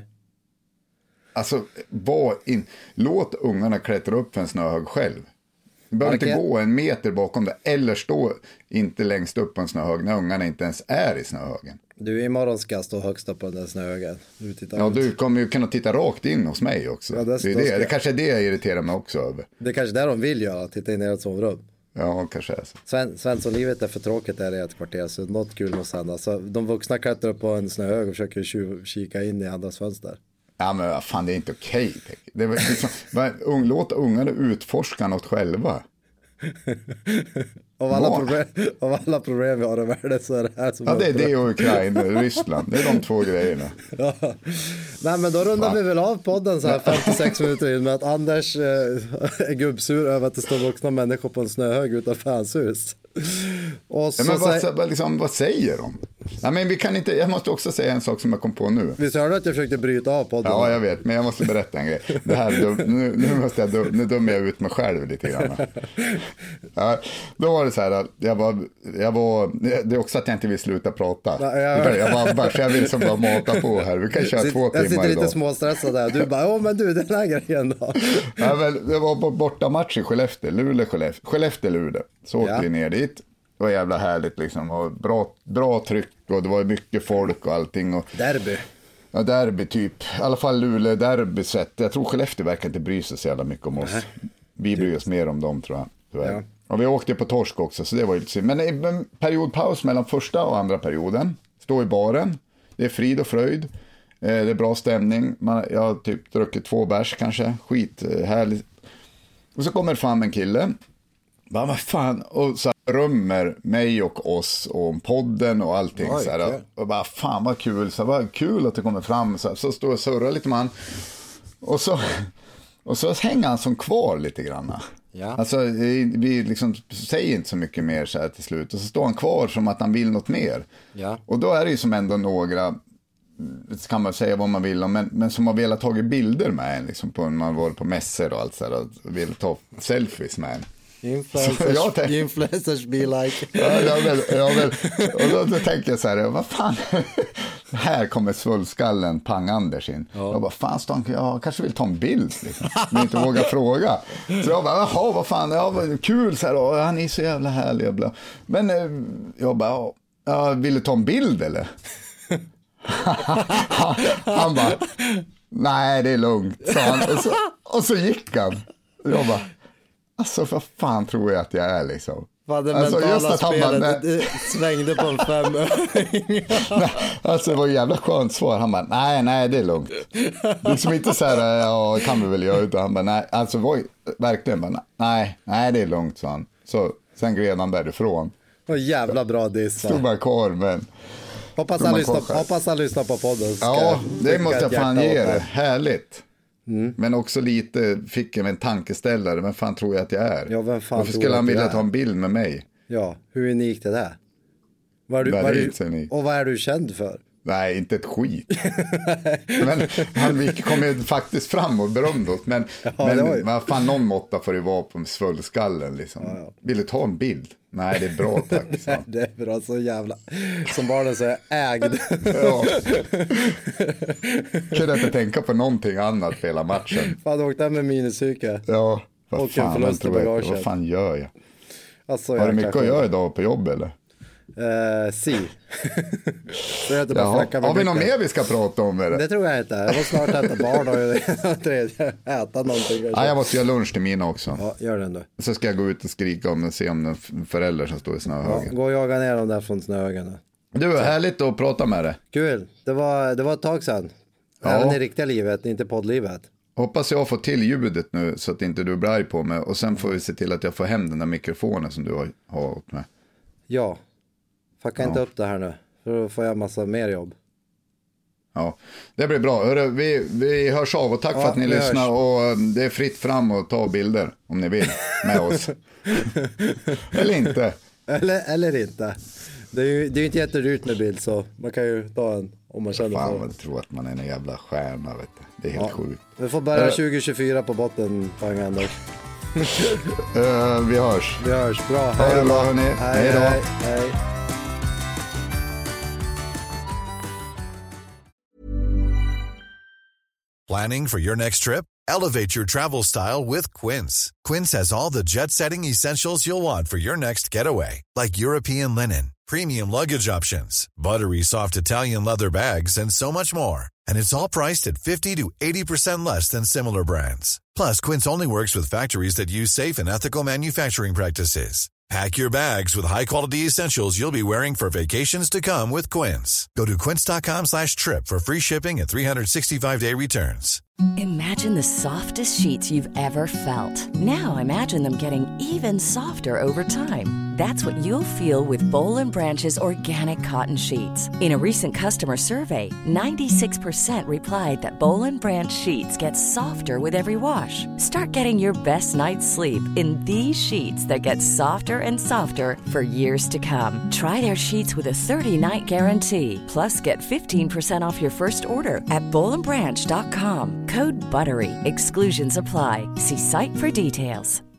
Alltså, var in, låt ungarna klättra upp för en snöhög själv. Du behöver inte gå en meter bakom det eller stå inte längst upp på en snöhög när ungarna inte ens är i snöhögen. Du, imorgon ska stå högst upp på den där snöhögen. Du ja, ut. Du kommer ju kunna titta rakt in hos mig också. Ja, det, det, är det. det kanske är det jag irriterar mig också över. Det är kanske det de vill göra, titta in i ert sovrum. Ja, kanske är så. Sven, Svenssonlivet är för tråkigt där i ett kvarter, så något kul måste hända. Så de vuxna klättrar upp på en snöhög och försöker tjuv, kika in i andras fönster. Ja, men fan, det är inte okej. Okay. Det är liksom, låt ungarna utforska något själva. Av alla, problem, av alla problem vi har i världen så är det här som... Ja, det är det och Ukraina och Ryssland. Det är de två grejerna. Ja. Nej, men då rundar Va? vi väl av podden så här femtiosex minuter in med att Anders eh, är gubbsur över att det står vuxna människor på en snöhög utanför hans hus. Och så ja, men vad, säg... liksom, vad säger de? Ja, men vi kan inte, jag måste också säga en sak som jag kom på nu. Visst hörde att jag försökte bryta av podden? Ja, jag vet, men jag måste berätta en grej. Det här, nu, nu, måste jag, nu dömer jag ut mig själv lite grann. Ja, då var det så här, jag var, jag var, det är också att jag inte vill sluta prata. Ja, jag, jag var bara, så jag vill som bara mata på här. Vi kan köra Sitt, två timmar idag. Jag sitter lite idag. småstressad där. Du bara, åh men du, den här grejen då. Ja, men det var på borta match i Skellefteå, Luleå, Skellefteå, Skellefteå, Luleå. Så åkte ja. vi ner dit. var jävla härligt liksom. Och bra, bra tryck och det var mycket folk och allting. Och, derby. Ja, derby typ. I alla fall Luleå derby sett. Jag tror Skellefteå verkar inte bry sig så jävla mycket om oss. Nähe. Vi bryr oss mer om dem tror jag. Tyvärr. Ja. Och vi åkte på torsk också så det var ju lite synd. Men en periodpaus mellan första och andra perioden. Stå i baren. Det är frid och fröjd. Det är bra stämning. Man, jag har typ druckit två bärs kanske. Skit härligt. Och så kommer fram en kille. Bara, vad fan? Och så römmer mig och oss om podden och allting. Oj, så här, och bara, fan vad kul. Så vad kul att det kommer fram. Så, här, så står jag och surrar lite man. Och så, och så hänger han som kvar lite grann. Ja. Alltså vi liksom säger inte så mycket mer så här till slut. Och så står han kvar som att han vill något mer. Ja. Och då är det ju som ändå några, så kan man säga vad man vill om, men, men som har velat ta bilder med en liksom på, man var på mässor och allt så här, och vill ta selfies med en. Influencers, tänkte, influencers be like. Ja, jag vill, jag vill. Och då, då tänker jag så här, vad fan, här kommer svullskallen Pang-Anders in. Ja. Jag bara, fan Stan, jag kanske vill ta en bild liksom. Men inte våga fråga. Så jag bara, jaha, vad fan, ja, vad kul så här, och han är så jävla härlig. Bla. Men jag bara, jag ville ta en bild eller? han, han bara, nej det är lugnt, sa han. Och så, och så gick han. Jag bara, alltså vad fan tror jag att jag är liksom. Vad det alltså, mentala spelet bara, det svängde på en femöring. Alltså det var ett jävla skönt svar. Han bara, nej, nej det är lugnt. Liksom inte så här, ja kan vi väl göra utan han bara, nej, alltså var verkligen bara, nej, nej det är lugnt sa han. Så sen gled han därifrån. Vad jävla bra diss. Stod bara kvar men. Hoppas han, lyssnar, hoppas han lyssnar på podden. Ja, det måste jag fan ge det. Härligt. Mm. Men också lite fick jag en tankeställare. Vem fan tror jag att jag är? Ja, vem fan Varför skulle han vilja ta en bild med mig? Ja, hur unikt är det? Vad är du, vad är du, och vad är du känd för? Nej, inte ett skit. Men han kom ju faktiskt fram och berömde oss. Men, ja, men vad fan, någon måtta får det vara på svullskallen liksom. Ja, ja. Vill du ta en bild? Nej, det är bra tack. Nej, det är bra, så jävla. Som barnen säger, ägd. Ja. Kunde inte tänka på någonting annat för hela matchen. Fan, du åkte hem med minicykel. Ja, vad fan, jag tror jag, vad fan gör jag? Alltså, har du mycket att göra idag på jobb eller? Uh, si. Jaha, har vi något mer vi ska prata om? Eller? Det tror jag inte. Jag måste snart äta barn och tredje. Äta någonting. Ja, jag måste göra lunch till mina också. Ja, gör det ändå. Så ska jag gå ut och skrika om och se om en förälder som står i snöhögen. Ja, gå och jaga ner dem där från snöhögen. Du, härligt att prata med dig. Kul. Det var, det var ett tag sedan. Ja. Även i riktiga livet, inte poddlivet. Hoppas jag får till ljudet nu så att inte du blir arg på mig. Och sen får vi se till att jag får hem den där mikrofonen som du har, har åt mig. Ja. Fucka ja. inte upp det här nu. För då får jag massa mer jobb. Ja, det blir bra. Hörru, vi, vi hörs av och tack ja, för att ni lyssnar. Hörs. Och det är fritt fram och ta bilder om ni vill med oss. Eller inte. Eller, eller inte. Det är ju det är inte jättedyrt med bild så man kan ju ta en om man känner fan, så. Fan, jag tror att man är en jävla stjärna, vet du. Det är helt ja. sjukt. Vi får börja tjugo tjugofyra på botten, Pang-Anders. uh, vi hörs. Vi hörs. Bra. Hej då, hörni. Hej då. Hej, hej. Planning for your next trip? Elevate your travel style with Quince. Quince has all the jet-setting essentials you'll want for your next getaway, like European linen, premium luggage options, buttery soft Italian leather bags, and so much more. And it's all priced at fifty to eighty percent less than similar brands. Plus, Quince only works with factories that use safe and ethical manufacturing practices. Pack your bags with high-quality essentials you'll be wearing for vacations to come with Quince. Go to quince.com slash trip for free shipping and three sixty-five day returns. Imagine the softest sheets you've ever felt. Now imagine them getting even softer over time. That's what you'll feel with Boll and Branch's organic cotton sheets. In a recent customer survey, ninety-six percent replied that Boll and Branch sheets get softer with every wash. Start getting your best night's sleep in these sheets that get softer and softer for years to come. Try their sheets with a thirty night guarantee. Plus, get fifteen percent off your first order at boll and branch dot com. Code BUTTERY. Exclusions apply. See site for details.